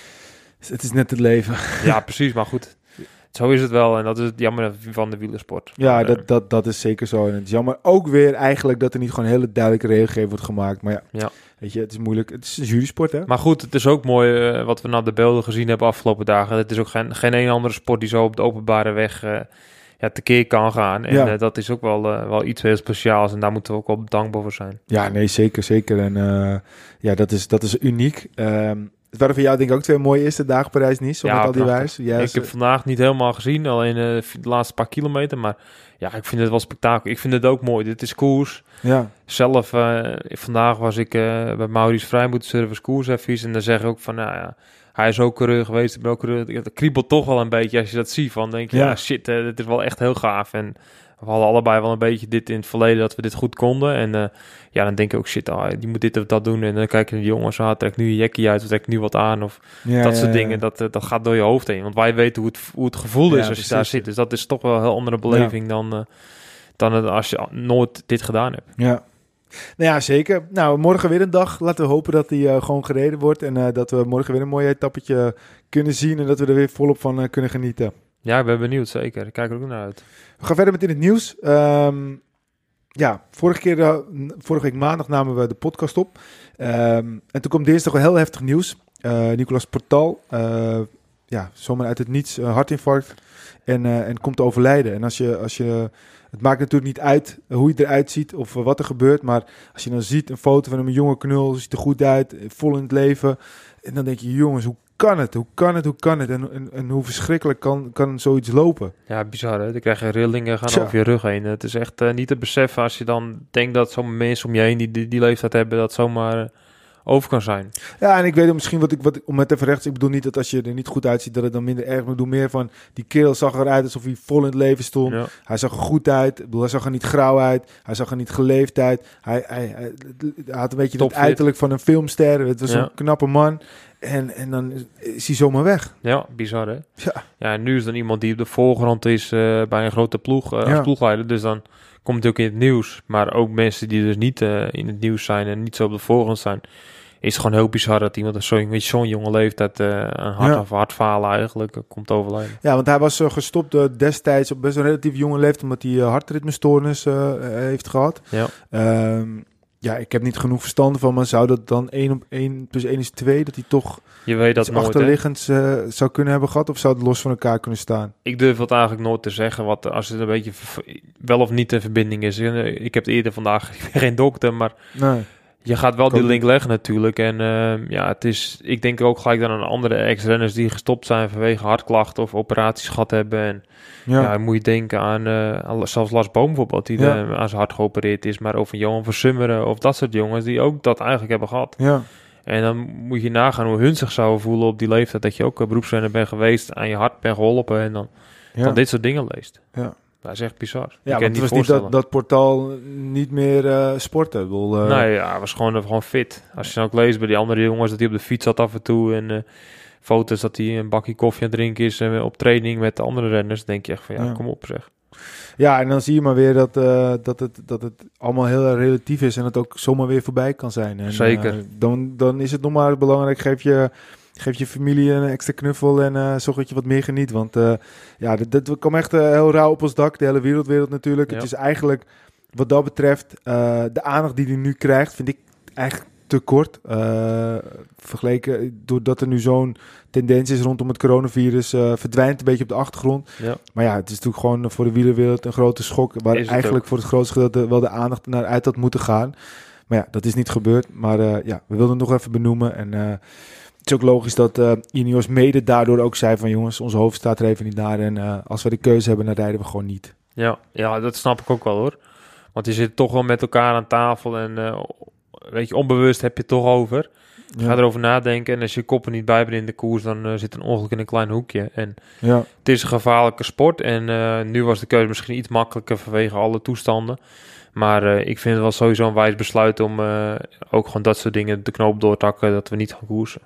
Het is net het leven. Ja, precies. Maar goed. Zo is het wel en dat is het jammer van de wielersport. Ja, dat is zeker zo. En het is jammer ook weer eigenlijk dat er niet gewoon een hele duidelijke regelgeving wordt gemaakt. Maar ja, weet je, het is moeilijk. Het is een jurysport, hè? Maar goed, het is ook mooi wat we naar de beelden gezien hebben afgelopen dagen. Het is ook geen een andere sport die zo op de openbare weg tekeer kan gaan. En dat is ook wel iets heel speciaals en daar moeten we ook wel dankbaar voor zijn. Ja, nee, zeker. En dat is uniek. Het waren voor jou denk ik ook 2 mooie eerste dagen Parijs-Nice. Met al die prachtig. wijs. Ik heb vandaag niet helemaal gezien, alleen de laatste paar kilometer. Maar ja, ik vind het wel spektakel. Ik vind het ook mooi. Dit is koers. Ja. Zelf, vandaag was ik bij Maurice Vrijmoed Service Koers even. En dan zeg ik ook van, nou ja, hij is ook coureur geweest. Ik ben ook coureur. Het kriebelt toch wel een beetje als je dat ziet. Van denk je, ja shit, dit is wel echt heel gaaf. En we hadden allebei wel een beetje dit in het verleden dat we dit goed konden. En dan denk ik ook, shit, die moet dit of dat doen. En dan kijk je naar de jongens, trek nu je jackie uit, of trek nu wat aan. Of dat soort dingen, dat gaat door je hoofd heen. Want wij weten hoe het gevoel is als je daar zit. Dus dat is toch wel een heel andere beleving dan als je nooit dit gedaan hebt. Ja. Nou ja, zeker. Nou, morgen weer een dag. Laten we hopen dat die gewoon gereden wordt. En dat we morgen weer een mooi etappetje kunnen zien. En dat we er weer volop van kunnen genieten. Ja, ik ben benieuwd, zeker. Ik kijk er ook naar uit. We gaan verder met in het nieuws. Vorige week maandag namen we de podcast op. En toen kwam dinsdag wel heel heftig nieuws. Nicolas Portal, zomaar uit het niets, hartinfarct. En komt te overlijden. En als je het maakt natuurlijk niet uit hoe hij eruit ziet of wat er gebeurt. Maar als je dan ziet een foto van een jonge knul, ziet er goed uit, vol in het leven. En dan denk je, jongens, hoe kan het? En hoe verschrikkelijk kan zoiets lopen? Ja, bizar hè? Dan krijg je rillingen gaan over je rug heen. Het is echt niet te beseffen als je dan denkt dat zomaar mensen om je heen die leeftijd hebben, dat zomaar over kan zijn. Ja, en ik weet misschien om het even rechts, ik bedoel niet dat als je er niet goed uitziet, dat het dan minder erg, maar ik bedoel meer van, die kerel zag eruit alsof hij vol in het leven stond. Ja. Hij zag er goed uit, hij zag er niet grauw uit, hij zag er niet geleefd uit. Hij had een beetje het uiterlijk van een filmster, het was een knappe man. En dan is hij zomaar weg. Ja, bizar hè? Ja, en nu is dan iemand die op de voorgrond is bij een grote ploeg als ploegleider, dus dan komt het ook in het nieuws. Maar ook mensen die dus niet in het nieuws zijn en niet zo op de voorgrond zijn, is het gewoon heel bizar dat iemand zo'n jonge leeftijd een hartfalen eigenlijk komt overlijden. Ja, want hij was gestopt destijds op best een relatief jonge leeftijd, omdat hij hartritmestoornis heeft gehad. Ja. Ik heb niet genoeg verstand van, maar zou dat dan 1 + 1 = 2, dat hij toch je weet dat nooit, achterliggend zou kunnen hebben gehad, of zou het los van elkaar kunnen staan? Ik durf het eigenlijk nooit te zeggen, als het een beetje wel of niet een verbinding is. Ik heb het eerder vandaag, ik ben geen dokter, maar nee. Je gaat wel die link leggen natuurlijk. En het is, ik denk ook gelijk dan aan andere ex-renners die gestopt zijn vanwege hartklachten of operaties gehad hebben. En dan moet je denken aan zelfs Lars Boom bijvoorbeeld, die aan zijn hart geopereerd is. Maar over Johan Versummeren of dat soort jongens die ook dat eigenlijk hebben gehad. Ja. En dan moet je nagaan hoe hun zich zouden voelen op die leeftijd dat je ook beroepsrenner bent geweest, aan je hart bent geholpen en dan dit soort dingen leest. Ja. Dat is echt bizar. Ja, want het was niet dat Portal niet meer sporten. Nee, hij was gewoon fit. Als je dan ook leest bij die andere jongens dat hij op de fiets zat af en toe en foto's dat hij een bakje koffie aan het drinken is op training met de andere renners, denk je echt van kom op zeg. Ja, en dan zie je maar weer dat het allemaal heel relatief is en het ook zomaar weer voorbij kan zijn. En, zeker. Dan is het nog maar belangrijk, geef je familie een extra knuffel en zorg dat je wat meer geniet. Want dat kwam echt heel rauw op ons dak. De hele wereldwereld natuurlijk. Ja. Het is eigenlijk, wat dat betreft, de aandacht die hij nu krijgt, vind ik eigenlijk te kort. Vergeleken, doordat er nu zo'n tendens is rondom het coronavirus, verdwijnt een beetje op de achtergrond. Ja. Maar ja, het is natuurlijk gewoon voor de wielerwereld een grote schok. Waar eigenlijk voor het grootste gedeelte wel de aandacht naar uit had moeten gaan. Maar ja, dat is niet gebeurd. Maar we wilden het nog even benoemen. En het is ook logisch dat Ineos mede daardoor ook zei van jongens, onze hoofd staat er even niet naar. En als we de keuze hebben, dan rijden we gewoon niet. Ja, dat snap ik ook wel hoor. Want je zit toch wel met elkaar aan tafel en weet je, onbewust heb je het toch over. Je gaat erover nadenken en als je koppen niet bij bent in de koers, dan zit een ongeluk in een klein hoekje. En het is een gevaarlijke sport en nu was de keuze misschien iets makkelijker vanwege alle toestanden. Maar ik vind het wel sowieso een wijs besluit om ook gewoon dat soort dingen de knoop door te hakken, dat we niet gaan koersen.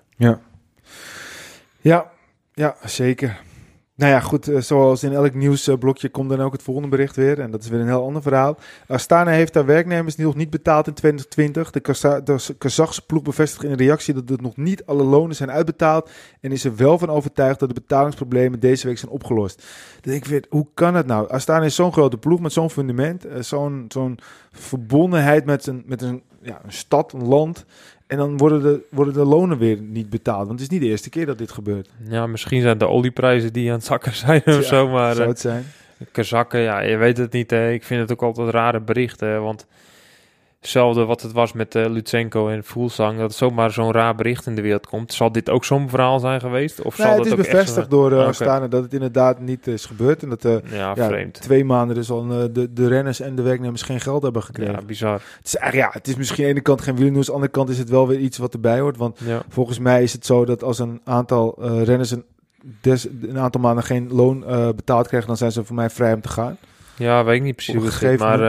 Ja, zeker. Nou ja, goed, zoals in elk nieuwsblokje komt dan ook het volgende bericht weer. En dat is weer een heel ander verhaal. Astana heeft haar werknemers nog niet betaald in 2020. De Kazachse ploeg bevestigt in een reactie dat het nog niet alle lonen zijn uitbetaald. En is er wel van overtuigd dat de betalingsproblemen deze week zijn opgelost. Dan denk ik weer, hoe kan het nou? Astana is zo'n grote ploeg met zo'n fundament. Zo'n verbondenheid met een stad, een land. En dan worden de lonen weer niet betaald. Want het is niet de eerste keer dat dit gebeurt. Ja, misschien zijn de olieprijzen die aan het zakken zijn of zo. Maar zou het zijn. Kazakken, je weet het niet. Ik vind het ook altijd rare berichten. Want Hetzelfde wat het was met Lutsenko en Fuglsang, dat zomaar zo'n raar bericht in de wereld komt. Zal dit ook zo'n verhaal zijn geweest? Of zal het dat is ook bevestigd echt door okay. Astana dat het inderdaad niet is gebeurd. En dat vreemd. 2 maanden dus al de renners en de werknemers geen geld hebben gekregen. Ja, bizar. Het is misschien aan de ene kant geen wielernieuws, aan de andere kant is het wel weer iets wat erbij hoort. Want volgens mij is het zo dat als een aantal renners een aantal maanden geen loon betaald krijgen, dan zijn ze voor mij vrij om te gaan. Ja, weet ik niet precies hoe het zit, maar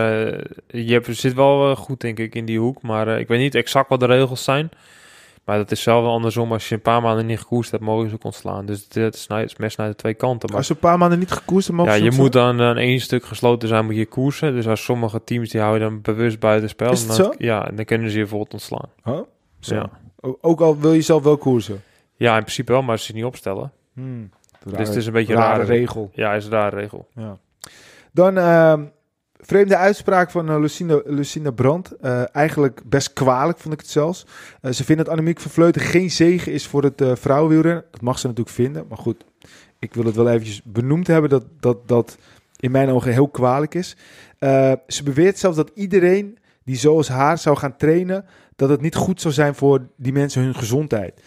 je zit wel goed, denk ik, in die hoek. Maar ik weet niet exact wat de regels zijn. Maar dat is zelf wel andersom. Als je een paar maanden niet gekoerst hebt, mogen ze ook ontslaan. Dus het is mes naar de 2 kanten. Maar als je een paar maanden niet gekoerst hebt, mogen ze ontslaan? Je moet dan aan 1 stuk gesloten zijn, moet je koersen. Dus als sommige teams die houden dan bewust buiten spel. Is het zo? Ja, dan kunnen ze je bijvoorbeeld ontslaan. Oh? Zo. Ja. Ook al wil je zelf wel koersen? Ja, in principe wel, maar ze niet opstellen. Dus het is een beetje een rare regel. Ja, is een rare regel. Ja. Dan vreemde uitspraak van Lucinda Brandt. Eigenlijk best kwalijk, vond ik het zelfs. Ze vindt dat Annemiek van Vleuten geen zegen is voor het vrouwenwielrennen. Dat mag ze natuurlijk vinden. Maar goed, ik wil het wel eventjes benoemd hebben dat in mijn ogen heel kwalijk is. Ze beweert zelfs dat iedereen die zoals haar zou gaan trainen, dat het niet goed zou zijn voor die mensen hun gezondheid.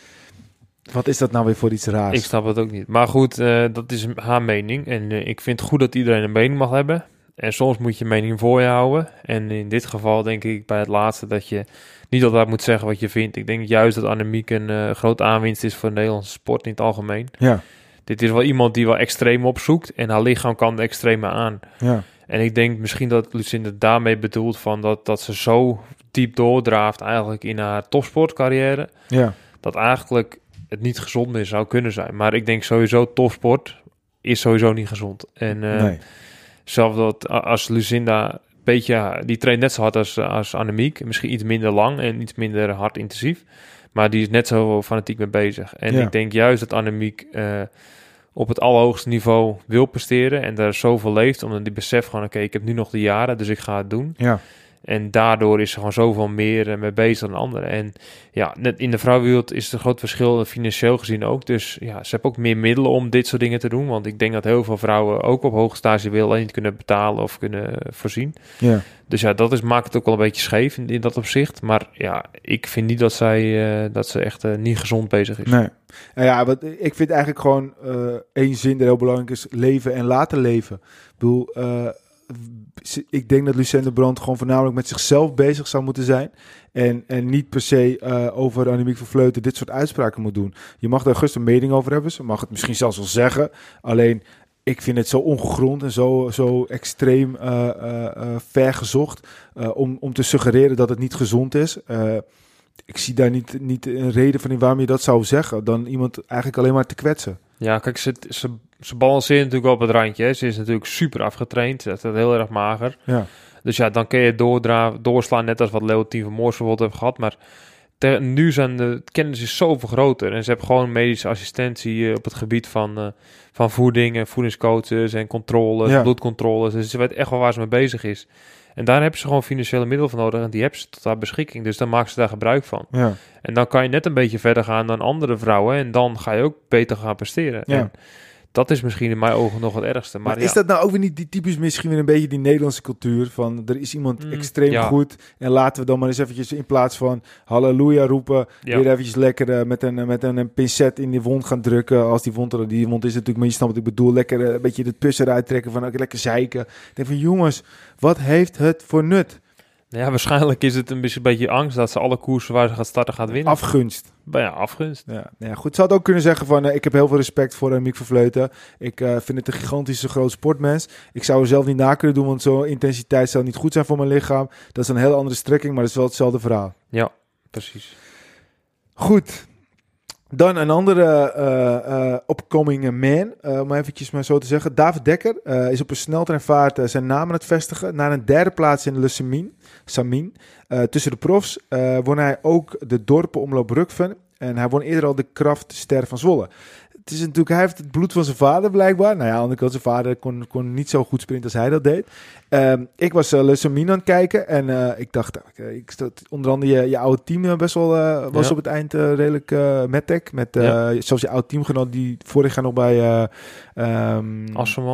Wat is dat nou weer voor iets raars? Ik snap het ook niet. Maar goed, dat is haar mening. En ik vind het goed dat iedereen een mening mag hebben. En soms moet je mening voor je houden. En in dit geval denk ik bij het laatste dat je niet altijd moet zeggen wat je vindt. Ik denk juist dat Annemiek een groot aanwinst is voor de Nederlandse sport in het algemeen. Ja. Dit is wel iemand die wel extreem opzoekt. En haar lichaam kan de extreme aan. Ja. En ik denk misschien dat Lucinda daarmee bedoelt van dat ze zo diep doordraaft eigenlijk in haar topsportcarrière. Ja. Dat eigenlijk het niet gezond meer zou kunnen zijn. Maar ik denk sowieso topsport is sowieso niet gezond. En nee. zelfs dat als Lucinda een beetje, die traint net zo hard als Annemiek. Misschien iets minder lang en iets minder hard intensief. Maar die is net zo fanatiek mee bezig. En ik denk juist dat Annemiek op het allerhoogste niveau wil presteren. En daar zoveel leeft. Omdat die beseft gewoon, oké, ik heb nu nog de jaren, dus ik ga het doen. Ja. En daardoor is ze gewoon zoveel meer mee bezig dan anderen. En ja, net in de vrouwenwereld is het een groot verschil, financieel gezien ook. Dus ja, ze hebben ook meer middelen om dit soort dingen te doen. Want ik denk dat heel veel vrouwen ook op hoge stage willen alleen niet kunnen betalen of kunnen voorzien. Ja. Dus ja, maakt het ook wel een beetje scheef in dat opzicht. Maar ja, ik vind niet dat ze echt niet gezond bezig is. Nee. Ja, ik vind eigenlijk gewoon 1 zin die heel belangrijk is: leven en laten leven. Ik bedoel, ik denk dat Lucinda Brandt gewoon voornamelijk met zichzelf bezig zou moeten zijn. En niet per se over Annemiek van Vleuten dit soort uitspraken moet doen. Je mag daar gerust een mening over hebben. Ze mag het misschien zelfs wel zeggen. Alleen, ik vind het zo ongegrond en zo extreem ver gezocht om te suggereren dat het niet gezond is. Ik zie daar niet een reden van in waarom je dat zou zeggen. Dan iemand eigenlijk alleen maar te kwetsen. Ja, kijk, ze balanceert natuurlijk op het randje. Hè. Ze is natuurlijk super afgetraind. Ze is heel erg mager. Ja. Dus ja, dan kun je doorslaan, net als wat Leontien van Moorsel bijvoorbeeld heeft gehad. Maar nu zijn de kennis is zoveel groter. En ze hebben gewoon medische assistentie op het gebied van voeding en voedingscoaches en controles, bloedcontroles. Dus ze weet echt wel waar ze mee bezig is. En daar hebben ze gewoon financiële middelen voor nodig en die hebben ze tot haar beschikking. Dus dan maken ze daar gebruik van. Ja. En dan kan je net een beetje verder gaan dan andere vrouwen en dan ga je ook beter gaan presteren. Ja. En dat is misschien in mijn ogen nog het ergste. Maar is dat nou ook weer niet die typisch misschien weer een beetje die Nederlandse cultuur van er is iemand extreem goed en laten we dan maar eens eventjes in plaats van halleluja roepen, weer eventjes lekker met een pincet in die wond gaan drukken als die wond is natuurlijk, maar je snapt wat ik bedoel, lekker een beetje het pus eruit trekken van lekker zeiken. Ik denk van jongens, wat heeft het voor nut? Ja, waarschijnlijk is het een beetje angst dat ze alle koersen waar ze gaat starten gaat winnen. Afgunst. Ja, afgunst. Ja, goed. Ze had ook kunnen zeggen van ik heb heel veel respect voor Annemiek van Vleuten. Ik vind het een gigantische groot sportmens. Ik zou er zelf niet na kunnen doen, want zo'n intensiteit zou niet goed zijn voor mijn lichaam. Dat is een heel andere strekking, maar dat is wel hetzelfde verhaal. Ja, precies. Goed. Dan een andere upcoming man, om eventjes maar zo te zeggen. David Dekker is op een sneltreinvaart zijn naam aan het vestigen. Na een 3e plaats in Le Samyn. Tussen de profs won hij ook de dorpenomloop Rukven. En hij won eerder al de Kraftster van Zwolle. Het is natuurlijk, hij heeft het bloed van zijn vader blijkbaar. Nou ja, aan de andere kant, zijn vader kon niet zo goed sprinten als hij dat deed. Ik was Le Samyn aan het kijken en ik dacht, onder andere je oude team best wel was op het eind redelijk met met zoals je oude teamgenoot die vorig jaar nog bij Asselman.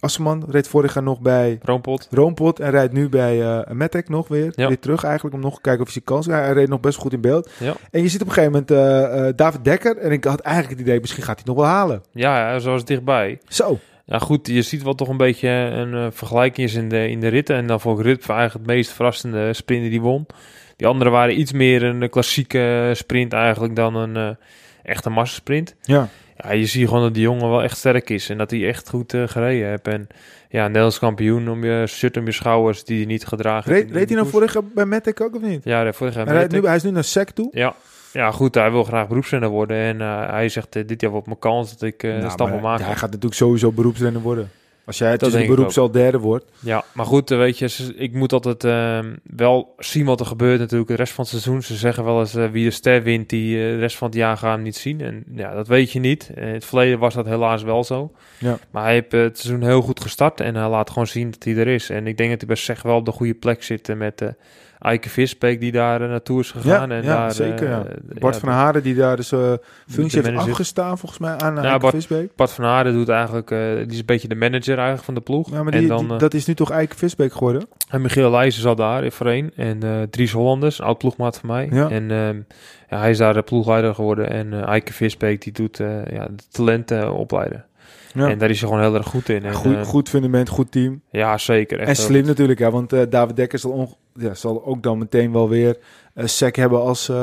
Asselman reed vorig jaar nog bij Roompot en rijdt nu bij Matek nog weer. Ja. Weer terug eigenlijk, om nog te kijken of hij zijn kans... Hij reed nog best goed in beeld. Ja. En je ziet op een gegeven moment David Dekker. En ik had eigenlijk het idee, misschien gaat hij het nog wel halen. Ja, zo was het dichtbij. Zo. Ja goed, je ziet wel toch een beetje een vergelijking is in de ritten. En dan voor Ruud eigenlijk het meest verrassende sprinter die won. Die anderen waren iets meer een klassieke sprint eigenlijk dan een echte massasprint. Ja. Ja, je ziet gewoon dat die jongen wel echt sterk is en dat hij echt goed gereden heeft. En ja, Nederlands kampioen om je shirt om je schouders die hij niet gedragen heeft. Reed hij nou vorig jaar bij Matek ook of niet? Ja, vorig jaar hij is nu naar SEC toe. Ja, goed, hij wil graag beroepsrenner worden. En hij zegt, dit jaar wordt mijn kans dat ik een stap wil maken. Hij gaat natuurlijk sowieso beroepsrenner worden. Als jij het beroeps al derde wordt. Ja, maar goed, weet je, ik moet altijd wel zien wat er gebeurt natuurlijk de rest van het seizoen. Ze zeggen wel eens wie de ster wint, die de rest van het jaar gaan niet zien. En ja, dat weet je niet. In het verleden was dat helaas wel zo. Ja. Maar hij heeft het seizoen heel goed gestart en hij laat gewoon zien dat hij er is. En ik denk dat hij bij SEG wel op de goede plek zit met... Eike Visbeek die daar naartoe is gegaan. Ja, en daar, zeker. Ja. Bart van Haren die daar dus functie heeft afgestaan volgens mij aan Eike Visbeek. Bart van Haren doet eigenlijk, die is een beetje de manager eigenlijk van de ploeg. Ja, maar dat is nu toch Eike Visbeek geworden? En Michiel Leijzen zat daar voorheen. En Dries Hollanders, een oud ploegmaat van mij. Ja. En hij is daar de ploegleider geworden. En Eike Visbeek die doet de talenten opleiden. Ja. En daar is hij gewoon heel erg goed in. En, goed fundament, goed team. Ja, zeker. Echt en slim natuurlijk, ja, want David Dekker zal ook dan meteen wel weer SEC hebben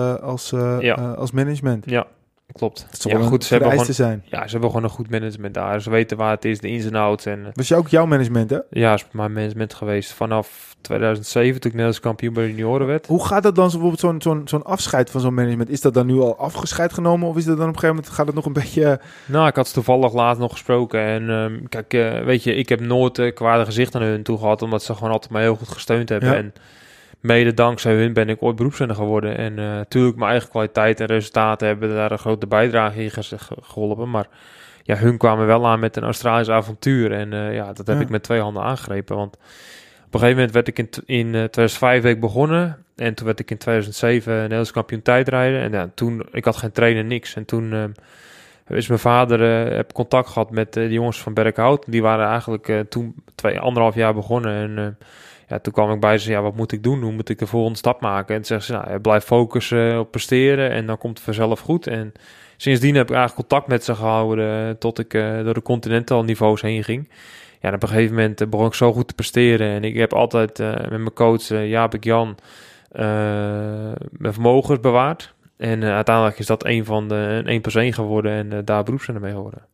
als management. Ja, klopt. Het zal wel goed zijn. Ja, ze hebben gewoon een goed management daar. Ze weten waar het is, de ins en outs. Was je ook jouw management, hè? Ja, is mijn management geweest vanaf 2007, toen ik Nederlands kampioen bij de junioren werd. Hoe gaat dat dan, bijvoorbeeld zo'n afscheid van zo'n management? Is dat dan nu al afgescheid genomen? Of is dat dan op een gegeven moment, gaat het nog een beetje... Nou, ik had ze toevallig laatst nog gesproken. En kijk, weet je, ik heb nooit kwaade gezicht aan hun toe gehad, omdat ze gewoon altijd mij heel goed gesteund hebben. Ja. En mede dankzij hun ben ik ooit beroepsrenner geworden. En natuurlijk mijn eigen kwaliteit en resultaten hebben daar een grote bijdrage in geholpen. Maar ja, hun kwamen wel aan met een Australisch avontuur. En dat heb ik met twee handen aangegrepen. Want op een gegeven moment werd ik in 2005 begonnen. En toen werd ik in 2007 Nederlands kampioen tijdrijden. En ja, toen, ik had geen trainer, niks. En toen is mijn vader, heb contact gehad met de jongens van Berkhout. Die waren eigenlijk toen 2,5 jaar begonnen. En toen kwam ik bij ze, wat moet ik doen? Hoe moet ik de volgende stap maken? En toen zeggen ze, blijf focussen op presteren en dan komt het vanzelf goed. En sindsdien heb ik eigenlijk contact met ze gehouden tot ik door de continental niveaus heen ging. Ja, en op een gegeven moment begon ik zo goed te presteren. En ik heb altijd met mijn coach Jaap Jan mijn vermogens bewaard. En uiteindelijk is dat een 1+1 geworden en daar beroepsrenner mee geworden.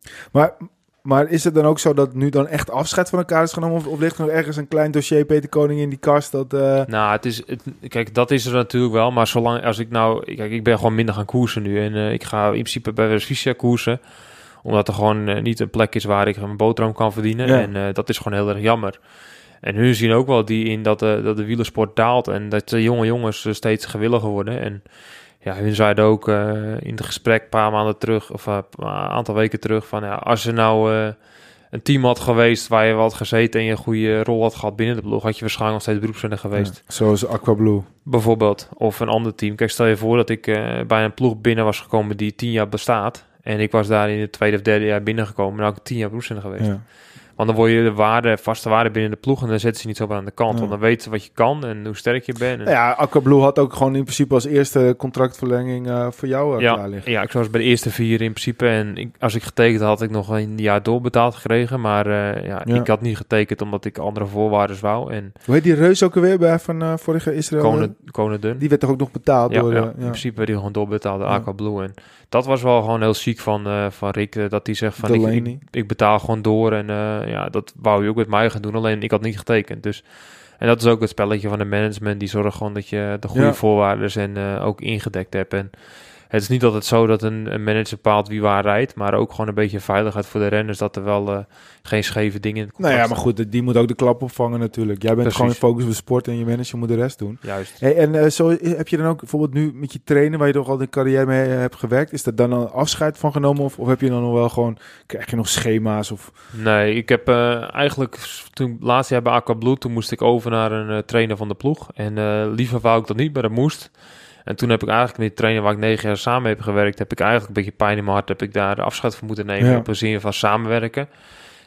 Maar is het dan ook zo dat nu dan echt afscheid van elkaar is genomen? Of ligt er nog ergens een klein dossier Peter Koning in die kast? Nou, kijk, dat is er natuurlijk wel. Maar zolang als ik nou... Kijk, ik ben gewoon minder gaan koersen nu. En ik ga in principe bij Westfriesland koersen. Omdat er gewoon niet een plek is waar ik mijn boterham kan verdienen. Ja. En dat is gewoon heel erg jammer. En hun zien ook wel dat de wielersport daalt. En dat de jonge jongens steeds gewilliger worden. En ja, hun zeiden ook in het gesprek een paar maanden terug, of een aantal weken terug, van als er nou een team had geweest waar je wat gezeten en je een goede rol had gehad binnen de ploeg, had je waarschijnlijk nog steeds beroepsrenner geweest. Ja, zoals Aquablue. Bijvoorbeeld. Of een ander team. Kijk, stel je voor dat ik bij een ploeg binnen was gekomen die 10 jaar bestaat. En ik was daar in het tweede of derde jaar binnengekomen. En dan had ik 10 jaar beroepsrenner geweest. Ja. Want dan word je de vaste waarde binnen de ploeg en dan zetten ze niet zo aan de kant. Ja. Want dan weten ze wat je kan en hoe sterk je bent. En... Ja, Aquablue had ook gewoon in principe als eerste contractverlenging voor jou klaar liggen. Ja, ik was bij de eerste 4 in principe. En als ik getekend had ik nog een jaar doorbetaald gekregen. Maar ik had niet getekend omdat ik andere voorwaarden wou. En hoe heet die reus ook alweer bij van vorige Israël? Konadun. Die werd toch ook nog betaald door... in principe werd die gewoon doorbetaald door Aquablue. En dat was wel gewoon heel ziek van Rick. Dat hij zegt van ik betaal gewoon door. En dat wou je ook met mij gaan doen. Alleen ik had niet getekend. Dus, en dat is ook het spelletje van de management. Die zorgen gewoon dat je de goede voorwaarden en ook ingedekt hebt. En het is niet altijd zo dat een manager bepaalt wie waar rijdt. Maar ook gewoon een beetje veiligheid voor de renners. Dat er wel geen scheve dingen in het contract maar goed, die moet ook de klap opvangen natuurlijk. Jij bent gewoon in focus op sport en je manager moet de rest doen. Juist. Hey, en zo heb je dan ook bijvoorbeeld nu met je trainer, waar je toch al de carrière mee hebt gewerkt, is er dan een afscheid van genomen? Of heb je dan nog wel gewoon, krijg je nog schema's? Of? Nee, ik heb eigenlijk toen laatste jaar bij Aquablue, toen moest ik over naar een trainer van de ploeg. En liever wou ik dat niet, maar dat moest. En toen heb ik eigenlijk met de trainer waar ik 9 jaar samen heb gewerkt, heb ik eigenlijk een beetje pijn in mijn hart, heb ik daar afscheid van moeten nemen op een zin van samenwerken.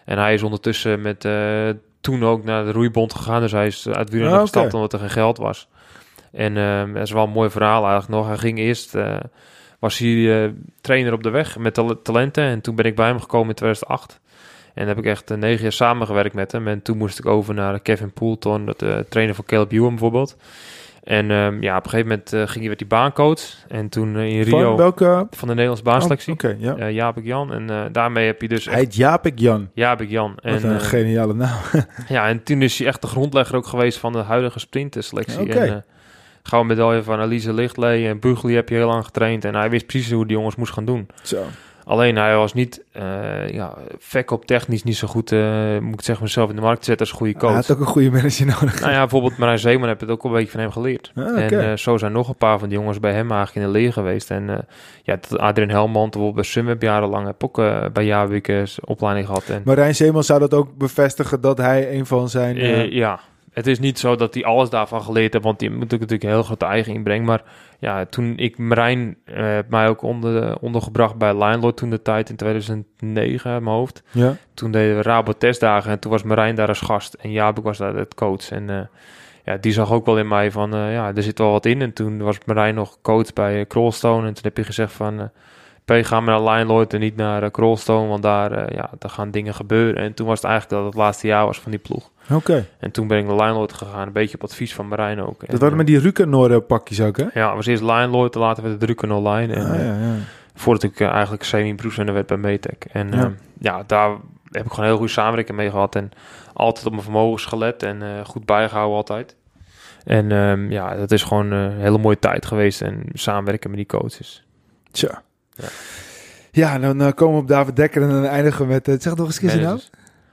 En hij is ondertussen met toen ook naar de roeibond gegaan. Dus hij is uit wielrennen gestapt omdat er geen geld was. En dat is wel een mooi verhaal eigenlijk nog. Hij ging eerst, was hij trainer op de weg met talenten. En toen ben ik bij hem gekomen in 2008. En heb ik echt 9 jaar samengewerkt met hem. En toen moest ik over naar Kevin Poulton, de trainer van Caleb Ewan bijvoorbeeld. En op een gegeven moment ging hij met die baancoach. En toen in Rio... Van welke? Van de Nederlandse baanselectie. Ja. Jaapik Jan. En daarmee heb je dus... Hij heet Jaapik Jan. Jaapik Jan. Wat een geniale naam. Ja, en toen is hij echt de grondlegger ook geweest van de huidige sprinterselectie. Okay. En gouden medaille van Elise Lichtley en Bugli heb je heel lang getraind. En hij wist precies hoe die jongens moest gaan doen. Zo. Alleen hij was niet, verkoop technisch niet zo goed, moet ik zeggen, mezelf in de markt zetten als goede coach. Hij had ook een goede manager nodig. Nou ja, bijvoorbeeld Marijn Zeeman heb het ook wel een beetje van hem geleerd. En zo zijn nog een paar van die jongens bij hem eigenlijk in de leer geweest. En Adrien Helmond, bijvoorbeeld bij Sunweb jarenlang, heb ook bij Jaarbeek opleiding gehad. En Marijn Zeeman zou dat ook bevestigen dat hij een van zijn... Ja, het is niet zo dat hij alles daarvan geleerd heeft, want die moet ook natuurlijk een heel grote eigen inbreng. Maar ja, toen ik Marijn mij ook ondergebracht bij Lijnlord toen de tijd in 2009 uit mijn hoofd. Ja. Toen deden we Rabo testdagen en toen was Marijn daar als gast en Jaap was daar het coach. En die zag ook wel in mij van, er zit wel wat in. En toen was Marijn nog coach bij Crawlstone en toen heb je gezegd van... ga maar naar Lijnlord en niet naar Crawlstone, want daar gaan dingen gebeuren. En toen was het eigenlijk dat het laatste jaar was van die ploeg. Oké. En toen ben ik naar Lijnlord gegaan, een beetje op advies van Marijn ook. Dat waren met die Rukenor pakjes ook, hè? Ja, was eerst Lijnlord, later werd het Rukenor Line. En voordat ik eigenlijk semi-proefzender werd bij Metec. En daar heb ik gewoon heel goede samenwerking mee gehad. En altijd op mijn vermogens gelet en goed bijgehouden altijd. En dat is gewoon een hele mooie tijd geweest. En samenwerken met die coaches. Tja. Ja, dan komen we op David Dekker en dan eindigen we met... zeg nog eens zijn naam.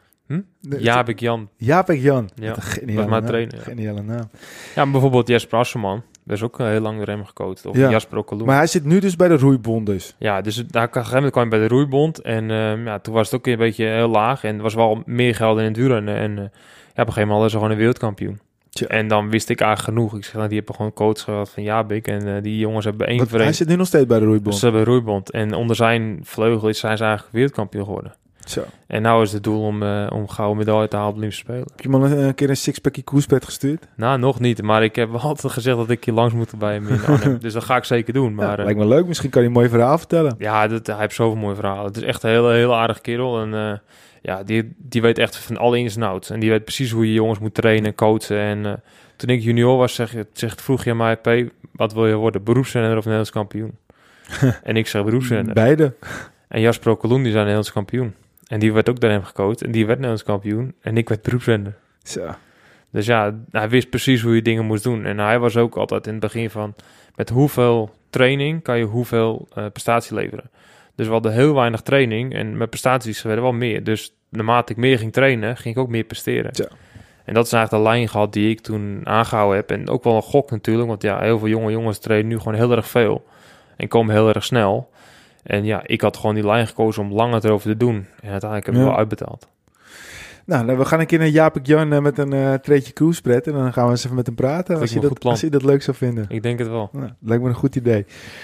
Jaapik Jan. Jaapik Jan. Ja, geniale was mijn trainer. Ja. Geniale naam. Ja, maar bijvoorbeeld Jesper Asselman. Dat is ook heel lang door hem gecoacht. Of Jasper Okkeloen. Maar hij zit nu dus bij de roeibond dus. Ja, dus daar op een gegeven moment kwam hij bij de roeibond. En toen was het ook een beetje heel laag. En er was wel meer geld in het wielrennen. En op een gegeven moment hadden ze gewoon een wereldkampioen. Tja. En dan wist ik eigenlijk genoeg. Ik zeg, die hebben gewoon coach gehad van Jaapik. En die jongens hebben één voor één. Hij zit nu nog steeds bij de roeibond. Dus ze hebben roeibond. En onder zijn vleugel zijn ze eigenlijk wereldkampioen geworden. Zo. En nou is het doel om gouden medaille te halen op Olympische Spelen. Heb je me een keer een sixpackje koerspret gestuurd? Nou, nog niet. Maar ik heb altijd gezegd dat ik hier langs moet bij hem in Arnhem. Dus dat ga ik zeker doen. Maar, lijkt me leuk. Misschien kan hij een mooi verhaal vertellen. Ja, hij heeft zoveel mooie verhalen. Het is echt een hele aardige kerel. En die weet echt van alle ins en outs. En die weet precies hoe je jongens moet trainen en coachen. En toen ik junior was, vroeg je aan mij... P, wat wil je worden? Beroepsrenner of Nederlands kampioen? En ik zeg beroepsrenner. Beide. En Jasper Okkeloen, die zijn Nederlands kampioen. En die werd ook door hem gecoacht. En die werd Nederlands kampioen. En ik werd beroepsrenner. Zo. Dus ja, hij wist precies hoe je dingen moest doen. En hij was ook altijd in het begin van... met hoeveel training kan je hoeveel prestatie leveren. Dus we hadden heel weinig training. En mijn prestaties werden wel meer. Dus naarmate ik meer ging trainen, ging ik ook meer presteren. Zo. En dat is eigenlijk de lijn gehad die ik toen aangehouden heb. En ook wel een gok natuurlijk. Want ja, heel veel jonge jongens trainen nu gewoon heel erg veel. En komen heel erg snel. En ja, ik had gewoon die lijn gekozen om langer erover te doen. En uiteindelijk heb ik wel uitbetaald. Nou, we gaan een keer naar Jaapik Jan met een treetje cruisepret. En dan gaan we eens even met hem praten. Als je dat leuk zou vinden. Ik denk het wel. Nou, lijkt me een goed idee.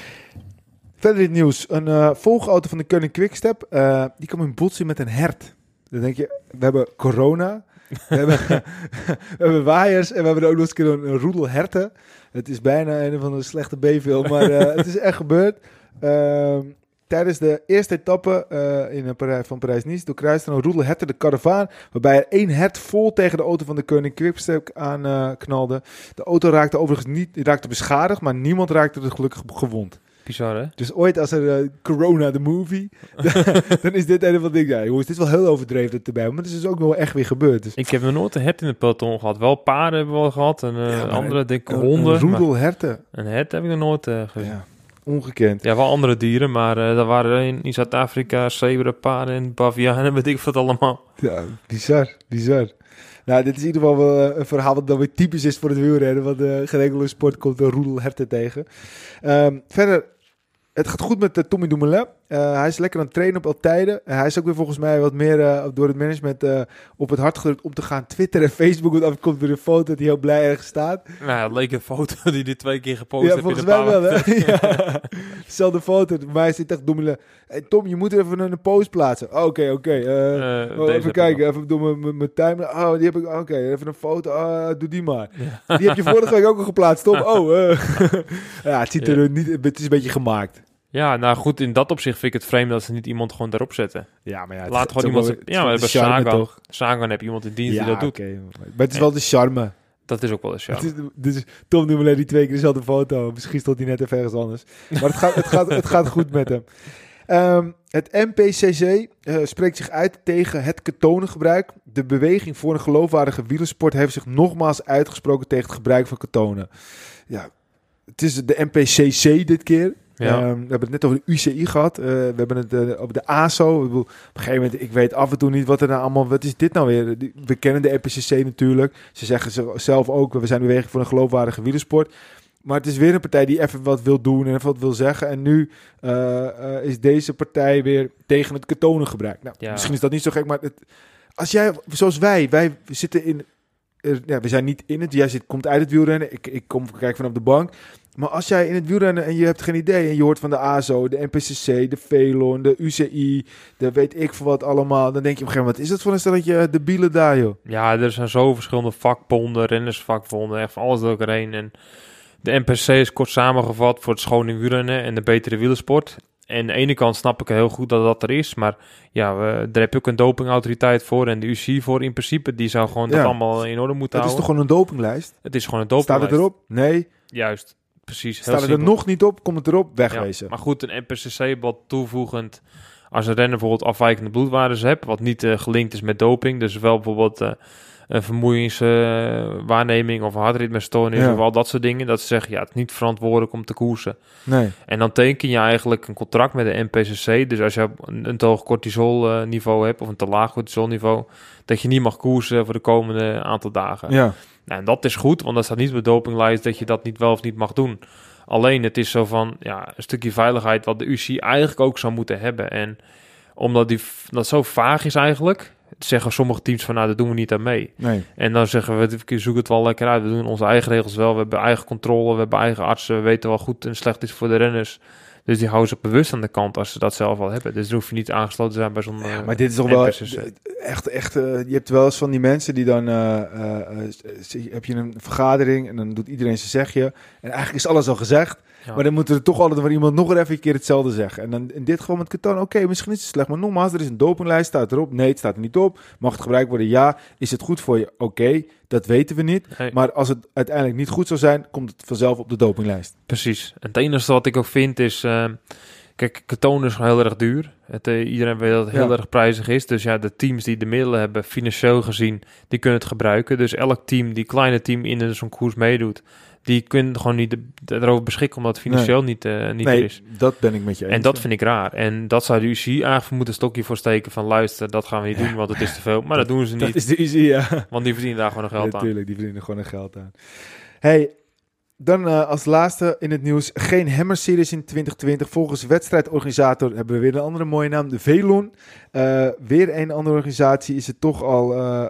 Verder in het nieuws. Een volgauto van de Koning Quickstep. Die kwam in botsing met een hert. Dan denk je, we hebben corona. we hebben waaiers. En we hebben ook nog eens een keer een roedel herten. Het is bijna een van de slechte B-film. Maar het is echt gebeurd. Tijdens de eerste etappe van Parijs-Nice doorkruiste een roedel herten de karavaan, waarbij er 1 hert vol tegen de auto van de Koning Quickstep aan knalde. De auto raakte overigens raakte beschadigd, maar niemand raakte er gelukkig gewond. Bizar, hè? Dus ooit als er Corona the movie, dan is dit een van de dingen. Ja, jongens, dit is wel heel overdreven erbij, maar het is dus ook wel echt weer gebeurd. Dus. Ik heb nog nooit een hert in het peloton gehad. Wel paarden hebben we wel gehad en andere, denk ik, honden. Een roedel herten. Een hert heb ik nog nooit gezien. Ja. Ongekend. Ja, wel andere dieren, maar daar waren in Zuid-Afrika zebra, paarden en bavianen, weet ik wat allemaal. Ja, bizar. Nou, dit is in ieder geval wel een verhaal wat dan weer typisch is voor het wielrennen, want geen sport komt een roedel herten tegen. Verder, het gaat goed met Tommy Dumoulin. Hij is lekker aan het trainen op al tijden. Hij is ook weer volgens mij wat meer door het management op het hart gedrukt om te gaan Twitter en Facebook. Want af en toe komt weer een foto dat hij heel blij ergens staat. Nou ja, het leek een foto die hij 2 keer gepost heeft. Volgens mij wel, hè? Ja. Dezelfde foto. Bij mij zit echt Domile. Hey, Tom, je moet even een post plaatsen. Oké. Even kijken, even door mijn timeline. Oh, die heb ik. Oké, even een foto. Doe die maar. Ja. Die heb je vorige week ook al geplaatst, Tom. Ja, het ziet er niet. Het is een beetje gemaakt. Ja, nou goed, in dat opzicht vind ik het vreemd dat ze niet iemand gewoon daarop zetten. Ja, maar ja, laat gewoon iemand. Maar we hebben Sagan. Sagan heb je iemand in dienst die dat doet. Okay. Maar het is wel de charme. Dat is ook wel de charme. Dus Tom noemt alleen die 2 keer dezelfde foto. Misschien stond hij net even ergens anders. Maar het gaat goed met hem. Het NPCC spreekt zich uit tegen het ketonengebruik. De beweging voor een geloofwaardige wielersport heeft zich nogmaals uitgesproken tegen het gebruik van ketonen. Ja, het is de NPCC dit keer. Ja. We hebben het net over de UCI gehad. We hebben het over de ASO. Op een gegeven moment, ik weet af en toe niet wat er nou allemaal... Wat is dit nou weer? We kennen de NPCC natuurlijk. Ze zeggen zelf ook, we zijn de beweging voor een geloofwaardige wielersport. Maar het is weer een partij die even wat wil doen en even wat wil zeggen. En nu is deze partij weer tegen het ketonengebruik. Nou, misschien is dat niet zo gek, maar als jij, zoals wij zitten in... we zijn niet in het. Jij komt uit het wielrennen. Ik kom kijken vanaf de bank. Maar als jij in het wielrennen en je hebt geen idee... en je hoort van de ASO, de NPCC, de Velon, de UCI... de weet ik veel wat allemaal... dan denk je op een gegeven moment... wat is dat voor een stelletje debielen daar, joh? Ja, er zijn zo verschillende vakbonden, rennersvakbonden... echt van alles door elkaar heen. En de NPCC is kort samengevat voor het schone wielrennen... en de betere wielersport. En aan de ene kant snap ik heel goed dat dat er is... maar ja, daar heb je ook een dopingautoriteit voor... en de UCI voor in principe. Die zou gewoon dat allemaal in orde moeten houden. Het is toch gewoon een dopinglijst? Het is gewoon een dopinglijst. Staat het erop? Nee. Juist. Precies, staat het er nog niet op, komt het erop, wegwezen. Ja, maar goed, een NPCC wat toevoegend... als een renner bijvoorbeeld afwijkende bloedwaardes hebt... wat niet gelinkt is met doping... dus wel bijvoorbeeld een vermoeienswaarneming... of een hartritmestoornis of al dat soort dingen... dat ze zeggen, ja, het is niet verantwoordelijk om te koersen. Nee. En dan teken je eigenlijk een contract met de NPCC... dus als je een te hoog cortisolniveau hebt... of een te laag cortisolniveau... dat je niet mag koersen voor de komende aantal dagen. Ja. Nou, en dat is goed, want dat staat niet op de dopinglijst dat je dat niet wel of niet mag doen. Alleen het is zo van een stukje veiligheid wat de UCI eigenlijk ook zou moeten hebben. En omdat dat zo vaag is eigenlijk, zeggen sommige teams van nou, dat doen we niet aan mee. Nee. En dan zeggen we zoeken het wel lekker uit. We doen onze eigen regels wel, we hebben eigen controle, we hebben eigen artsen, we weten wel goed en slecht is voor de renners. Dus die houden ze bewust aan de kant als ze dat zelf al hebben. Dus dan hoef je niet aangesloten te zijn bij zo'n... maar dit is toch wel echt... je hebt wel eens van die mensen die dan... heb je een vergadering en dan doet iedereen zijn zegje. En eigenlijk is alles al gezegd. Ja. Maar dan moet er toch altijd voor iemand nog even een keer hetzelfde zeggen. En dan in dit geval met ketonen, oké, misschien is het slecht. Maar nogmaals, er is een dopinglijst, staat erop. Nee, het staat er niet op. Mag het gebruikt worden? Ja. Is het goed voor je? Oké, dat weten we niet. Nee. Maar als het uiteindelijk niet goed zou zijn, komt het vanzelf op de dopinglijst. Precies. En het enige wat ik ook vind is... kijk, ketonen is gewoon heel erg duur. Iedereen weet dat het heel erg prijzig is. Dus ja, de teams die de middelen hebben, financieel gezien, die kunnen het gebruiken. Dus elk team, die kleine team in zo'n koers meedoet, die kunnen gewoon niet erover beschikken, omdat het financieel niet er is. Dat ben ik met je eens. En dat vind ik raar. En dat zou de UCI eigenlijk moeten een stokje voor steken van luister, dat gaan we niet doen, want het is te veel. Maar dat doen ze niet. Dat is de UCI, ja. Want die verdienen daar gewoon nog geld aan. Natuurlijk, die verdienen gewoon nog geld aan. Hey, dan als laatste in het nieuws, geen Hammer Series in 2020. Volgens wedstrijdorganisator hebben we weer een andere mooie naam, de Velon. Weer een andere organisatie is het toch al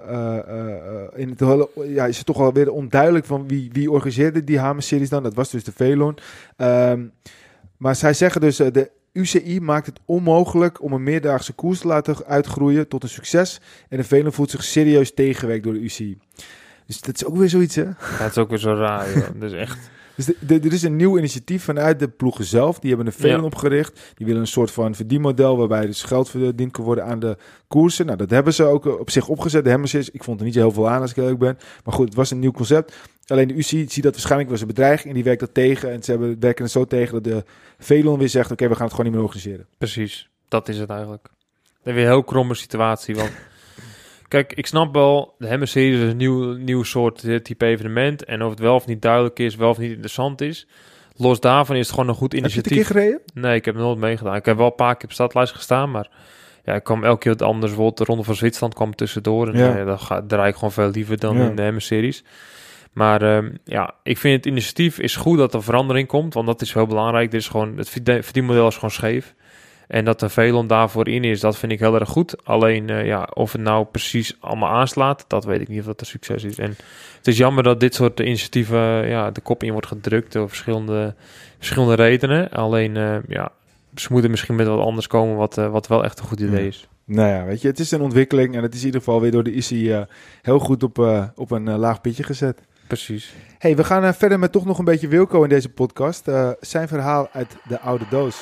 is het toch al weer onduidelijk van wie organiseerde die Hammer Series dan. Dat was dus de Velon. Maar zij zeggen dus de UCI maakt het onmogelijk om een meerdaagse koers te laten uitgroeien tot een succes. En de Velon voelt zich serieus tegengewerkt door de UCI. Dus dat is ook weer zoiets, hè? Dat is ook weer zo raar, joh. Dat is echt... Dus er is een nieuw initiatief vanuit de ploegen zelf. Die hebben een Velon opgericht. Die willen een soort van verdienmodel waarbij dus geld verdiend kan worden aan de koersen. Nou, dat hebben ze ook op zich opgezet. De Hammers ik vond er niet zo heel veel aan als ik eerlijk ben. Maar goed, het was een nieuw concept. Alleen de UCI ziet dat waarschijnlijk was een bedreiging en die werkt dat tegen. En ze werken het zo tegen dat de Velon weer zegt, oké, we gaan het gewoon niet meer organiseren. Precies, dat is het eigenlijk. Dat is weer een heel kromme situatie, want... Kijk, ik snap wel, de Hammer Series is een nieuw soort type evenement. En of het wel of niet duidelijk is, wel of niet interessant is. Los daarvan is het gewoon een goed initiatief. Heb je het een keer gereden? Nee, ik heb nooit meegedaan. Ik heb wel een paar keer op startlijst gestaan, maar ja, ik kwam elke keer wat anders. Bijvoorbeeld de Ronde van Zwitserland kwam tussendoor. En dan draai ik gewoon veel liever dan in de Hammer Series. Maar ik vind het initiatief is goed dat er verandering komt, want dat is heel belangrijk. Dit is gewoon, het verdienmodel is gewoon scheef. En dat er veel om daarvoor in is, dat vind ik heel erg goed. Alleen, of het nou precies allemaal aanslaat, dat weet ik niet of dat een succes is. En het is jammer dat dit soort initiatieven de kop in wordt gedrukt door verschillende redenen. Alleen, ze moeten misschien met wat anders komen wat wel echt een goed idee is. Nou ja, weet je, het is een ontwikkeling en het is in ieder geval weer door de ICI heel goed op een laag pitje gezet. Precies. Hey, we gaan verder met toch nog een beetje Wilco in deze podcast. Zijn verhaal uit de oude doos.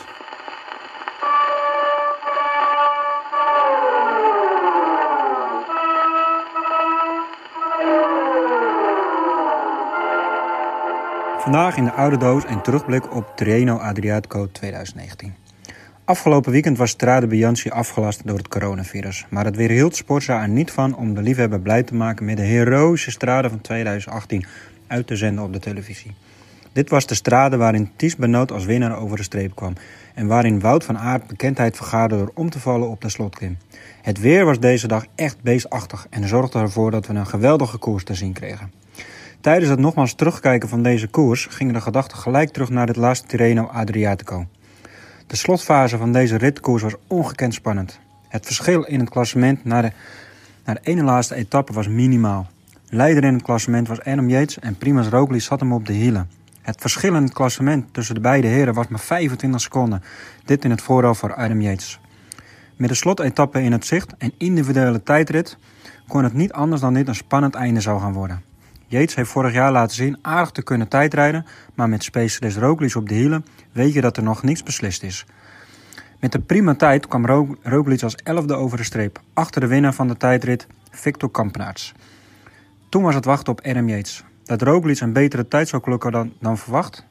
Vandaag in de oude doos een terugblik op Tirreno Adriatico 2019. Afgelopen weekend was Strade Bianchi afgelast door het coronavirus. Maar het weerhield Sportza er niet van om de liefhebber blij te maken met de heroïsche strade van 2018 uit te zenden op de televisie. Dit was de strade waarin Ties Benoot als winnaar over de streep kwam. En waarin Wout van Aert bekendheid vergaarde door om te vallen op de slotklim. Het weer was deze dag echt beestachtig en zorgde ervoor dat we een geweldige koers te zien kregen. Tijdens het nogmaals terugkijken van deze koers gingen de gedachten gelijk terug naar het laatste Tirreno Adriatico. De slotfase van deze ritkoers was ongekend spannend. Het verschil in het klassement naar de ene laatste etappe was minimaal. Leider in het klassement was Adam Yates en Primož Roglič zat hem op de hielen. Het verschil in het klassement tussen de beide heren was maar 25 seconden. Dit in het voordeel voor Adam Yates. Met de slotetappe in het zicht en individuele tijdrit kon het niet anders dan dit een spannend einde zou gaan worden. Yates heeft vorig jaar laten zien aardig te kunnen tijdrijden, maar met specialist Roglič op de hielen weet je dat er nog niets beslist is. Met de prima tijd kwam Roglič als 11e over de streep, achter de winnaar van de tijdrit, Victor Kampenaerts. Toen was het wachten op Adam Yates. Dat Roglič een betere tijd zou klukken dan verwacht.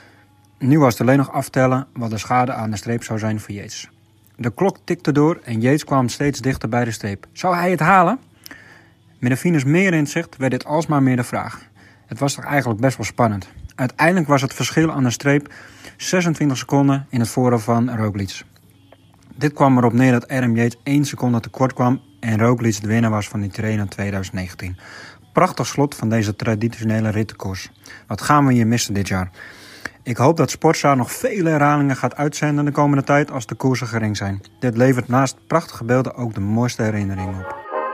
Nu was het alleen nog aftellen wat de schade aan de streep zou zijn voor Yates. De klok tikte door en Yates kwam steeds dichter bij de streep. Zou hij het halen? Met de finish meer in zicht werd dit alsmaar meer de vraag. Het was toch eigenlijk best wel spannend. Uiteindelijk was het verschil aan de streep 26 seconden in het voordeel van Roglič. Dit kwam erop neer dat Adam Yates 1 seconde tekort kwam en Roglič de winnaar was van de Tirreno 2019. Prachtig slot van deze traditionele rittenkoers. Wat gaan we hier missen dit jaar? Ik hoop dat Sportza nog vele herhalingen gaat uitzenden de komende tijd als de koersen gering zijn. Dit levert naast prachtige beelden ook de mooiste herinneringen op.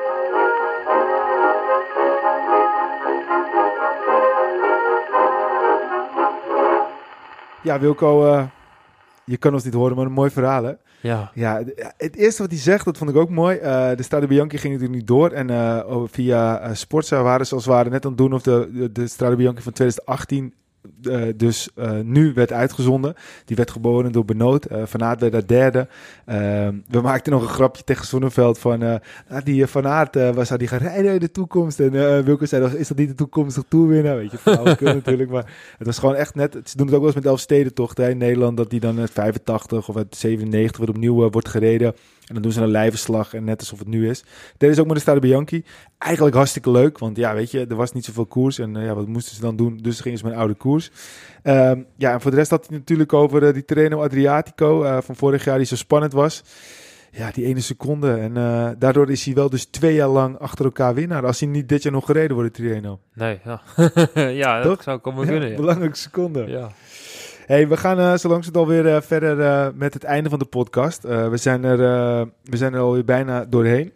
Ja, Wilco, je kan ons niet horen, maar een mooi verhaal, hè? Ja, Het eerste wat hij zegt, dat vond ik ook mooi. De Strade Bianchi ging natuurlijk niet door. En via Sportza waren ze als het ware net aan het doen of de Strade Bianchi van 2018 nu werd uitgezonden. Die werd geboren door Benoot. Van Aert werd daar derde. We maakten nog een grapje tegen Zonneveld van die Van Aert die gaat rijden in de toekomst. En Wilco zei nog, is dat niet de toekomstige toerwinnaar? Weet je, flauwekul natuurlijk. Maar het was gewoon echt net, ze doen het ook wel eens met Elfstedentochten in Nederland, dat die dan uit 85 of uit 97 weer opnieuw wordt gereden. En dan doen ze een lijvenslag en net alsof het nu is. Dit is ook met de Strade Bianchi. Eigenlijk hartstikke leuk, want ja, weet je, er was niet zoveel koers. En wat moesten ze dan doen? Dus gingen ze met een oude koers. En voor de rest had hij natuurlijk over die Tirreno Adriatico van vorig jaar die zo spannend was. Ja, die 1 seconde. En daardoor is hij wel dus 2 jaar lang achter elkaar winnaar. Als hij niet dit jaar nog gereden wordt, Tirreno. Nee, ja. Ja, dat zou komen kunnen. Ja. Belangrijke seconde. Ja. Hey, we gaan zo langzamerhand alweer verder met het einde van de podcast. We zijn er alweer bijna doorheen.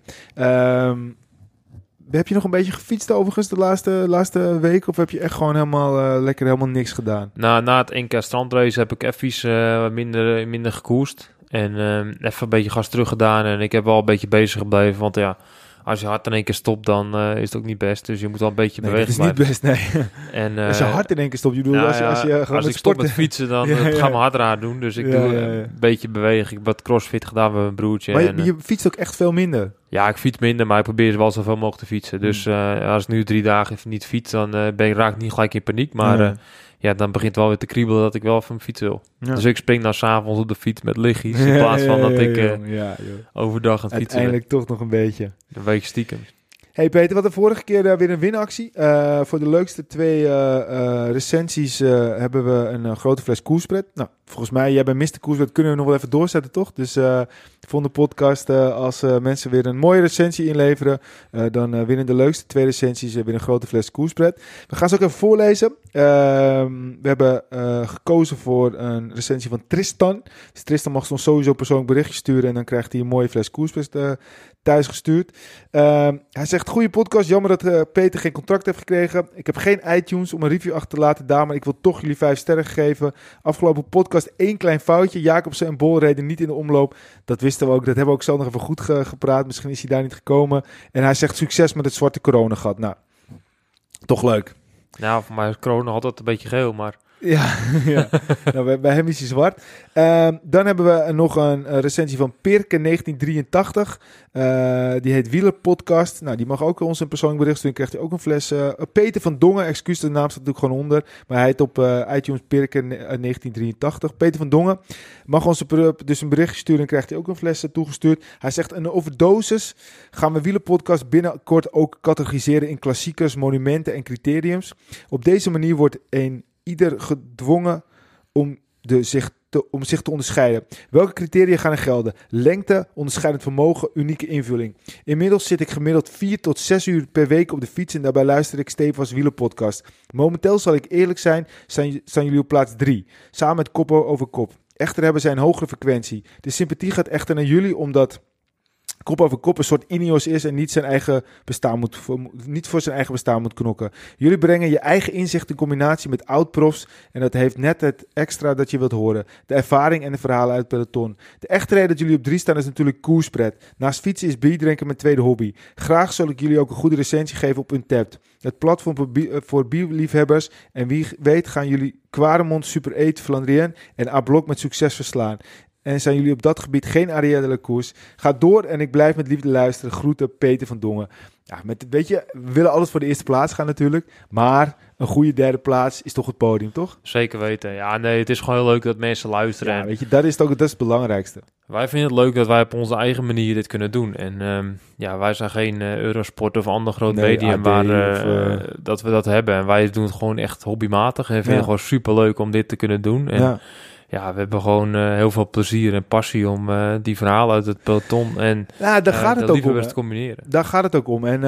Heb je nog een beetje gefietst overigens de laatste week? Of heb je echt gewoon helemaal niks gedaan? Nou, na het NK strandrace heb ik even minder gekoerst. En even een beetje gas terug gedaan. En ik heb wel een beetje bezig gebleven. Want ja, als je hard in één keer stopt, dan is het ook niet best. Dus je moet wel een beetje bewegen blijven. Dat is niet best, nee. En, als je hard in één keer stopt, je bedoelt als ik stop met fietsen, dan ga ik me harder aan doen. Dus ik doe een beetje bewegen. Ik heb wat crossfit gedaan met mijn broertje. Maar je fietst ook echt veel minder? Ja, ik fiets minder, maar ik probeer wel zoveel mogelijk te fietsen. Dus als ik nu 3 dagen even niet fiets, dan raak ik niet gelijk in paniek. Maar dan begint het wel weer te kriebelen dat ik wel van mijn fiets wil. Ja. Dus ik spring dan 's avonds op de fiets met lichtjes. In plaats van dat ik overdag aan het fietsen uiteindelijk toch nog een beetje. Een beetje stiekem. Hey Peter, we hadden vorige keer weer een winactie. Voor de leukste 2 recensies hebben we een grote fles koerspret. Nou, volgens mij, jij bent Mr. Koerspret, kunnen we nog wel even doorzetten, toch? Dus de volgende podcast, als mensen weer een mooie recensie inleveren, dan winnen de leukste 2 recensies weer een grote fles koerspret. We gaan ze ook even voorlezen. We hebben gekozen voor een recensie van Tristan. Dus Tristan mag ons sowieso persoonlijk berichtje sturen en dan krijgt hij een mooie fles koerspret thuis gestuurd. Hij zegt, goede podcast, jammer dat Peter geen contract heeft gekregen. Ik heb geen iTunes om een review achter te laten daar, maar ik wil toch jullie 5 sterren geven. Afgelopen podcast 1 klein foutje. Jacobsen en Bol reden niet in de omloop. Dat wisten we ook, dat hebben we ook zo nog even goed gepraat. Misschien is hij daar niet gekomen. En hij zegt, succes met het zwarte coronagat. Nou, toch leuk. Nou, voor mij is corona altijd een beetje geel, maar... Ja, ja. Nou, bij hem is hij zwart. Dan hebben we nog een recensie van Pirke 1983. Die heet Wielerpodcast. Nou, die mag ook ons een persoonlijk bericht sturen. Krijgt hij ook een fles. Peter van Dongen, excuus, de naam staat natuurlijk gewoon onder. Maar hij heet op iTunes Pirke 1983. Peter van Dongen mag ons dus een berichtje sturen en krijgt hij ook een fles toegestuurd. Hij zegt, een overdosis gaan we Wielerpodcast binnenkort ook categoriseren in klassiekers, monumenten en criteriums. Op deze manier wordt ieder gedwongen om zich te onderscheiden. Welke criteria gaan er gelden? Lengte, onderscheidend vermogen, unieke invulling. Inmiddels zit ik gemiddeld 4 tot 6 uur per week op de fiets en daarbij luister ik Stefans Wielerpodcast. Momenteel, zal ik eerlijk zijn, staan jullie op plaats 3, samen met Kop over Kop. Echter hebben zij een hogere frequentie. De sympathie gaat echter naar jullie, omdat Kop over Kop een soort Ineos is en niet voor zijn eigen bestaan moet knokken. Jullie brengen je eigen inzicht in combinatie met oud-profs en dat heeft net het extra dat je wilt horen. De ervaring en de verhalen uit het peloton. De echte reden dat jullie op 3 staan is natuurlijk koerspret. Naast fietsen is bierdrinken mijn tweede hobby. Graag zal ik jullie ook een goede recensie geven op Untappd. Het platform voor bierliefhebbers en wie weet gaan jullie Quaremont, Super 8, Flandrien en A-Blok met succes verslaan. En zijn jullie op dat gebied geen Arielle de la Course? Ga door en ik blijf met liefde luisteren. Groeten, Peter van Dongen. Ja, weet je, we willen alles voor de eerste plaats gaan natuurlijk. Maar een goede 3e plaats is toch het podium, toch? Zeker weten. Ja, nee, het is gewoon heel leuk dat mensen luisteren. Ja, weet je, dat is het belangrijkste. Wij vinden het leuk dat wij op onze eigen manier dit kunnen doen. En wij zijn geen Eurosport of ander groot medium dat we dat hebben. En wij doen het gewoon echt hobbymatig. En vinden het gewoon superleuk om dit te kunnen doen. En ja, we hebben gewoon heel veel plezier en passie om die verhalen uit het peloton en daar gaat het ook om, te combineren. Daar gaat het ook om. En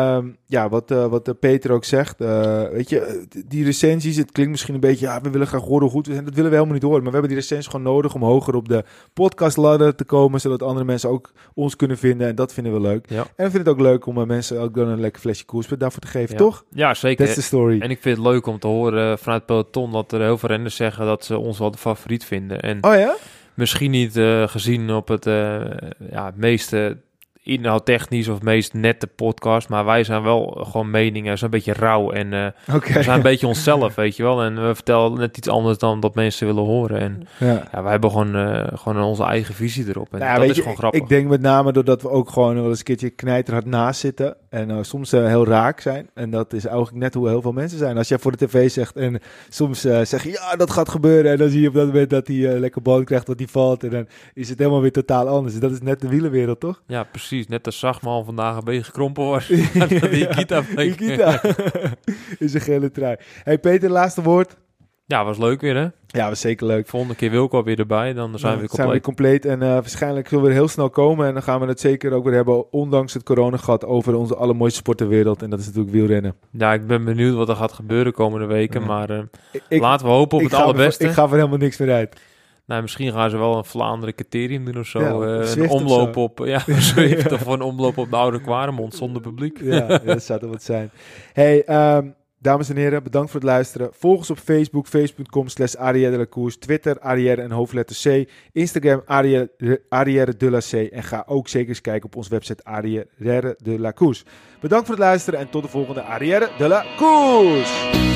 wat Peter ook zegt, weet je, die recensies, het klinkt misschien een beetje, we willen graag horen hoe goed we zijn. Dat willen we helemaal niet horen. Maar we hebben die recensies gewoon nodig om hoger op de podcastladder te komen, zodat andere mensen ook ons kunnen vinden. En dat vinden we leuk. Ja. En we vinden het ook leuk om mensen ook dan een lekker flesje koerspret daarvoor te geven, toch? Ja, zeker. That's the story. En ik vind het leuk om te horen vanuit het peloton dat er heel veel renners zeggen dat ze ons wel de favoriet vinden. En misschien niet gezien op het meeste inhoudtechnisch of meest nette podcast, maar wij zijn wel gewoon meningen, zijn een beetje rauw en we zijn een beetje onszelf, weet je wel. En we vertellen net iets anders dan dat mensen willen horen. En wij hebben gewoon onze eigen visie erop. En dat is gewoon grappig. Ik denk met name doordat we ook gewoon wel eens een keertje knijterhard naast zitten en soms heel raak zijn. En dat is eigenlijk net hoe heel veel mensen zijn. Als jij voor de tv zegt en soms zeg je, ja, dat gaat gebeuren. En dan zie je op dat moment dat hij lekker bal krijgt, dat hij valt. En dan is het helemaal weer totaal anders. Dat is net de wielerwereld, toch? Ja, precies. Net als Zagman vandaag een beetje gekrompen was. Die Kita is een gele trui. Hey Peter, laatste woord. Ja, was leuk weer, hè? Ja, was zeker leuk. Volgende keer Wilco weer erbij, dan zijn we weer compleet. En waarschijnlijk zullen we er heel snel komen. En dan gaan we het zeker ook weer hebben, ondanks het coronagat, over onze allermooiste sport ter wereld. En dat is natuurlijk wielrennen. Ja, ik ben benieuwd wat er gaat gebeuren komende weken. Maar laten we hopen op het allerbeste. Ik ga er helemaal niks meer uit. Nou, misschien gaan ze wel een Vlaanderen criterium doen of zo. Een omloop op Zwift of een omloop op de Oude Quaremont zonder publiek. Ja, dat zou toch wat zijn. Hey, dames en heren, bedankt voor het luisteren. Volg ons op Facebook, facebook.com/Arrière de la Course. Twitter, Arrière en hoofdletter C. Instagram, Arrière de la C. En ga ook zeker eens kijken op onze website Arrière de la Course. Bedankt voor het luisteren en tot de volgende Arrière de la Course.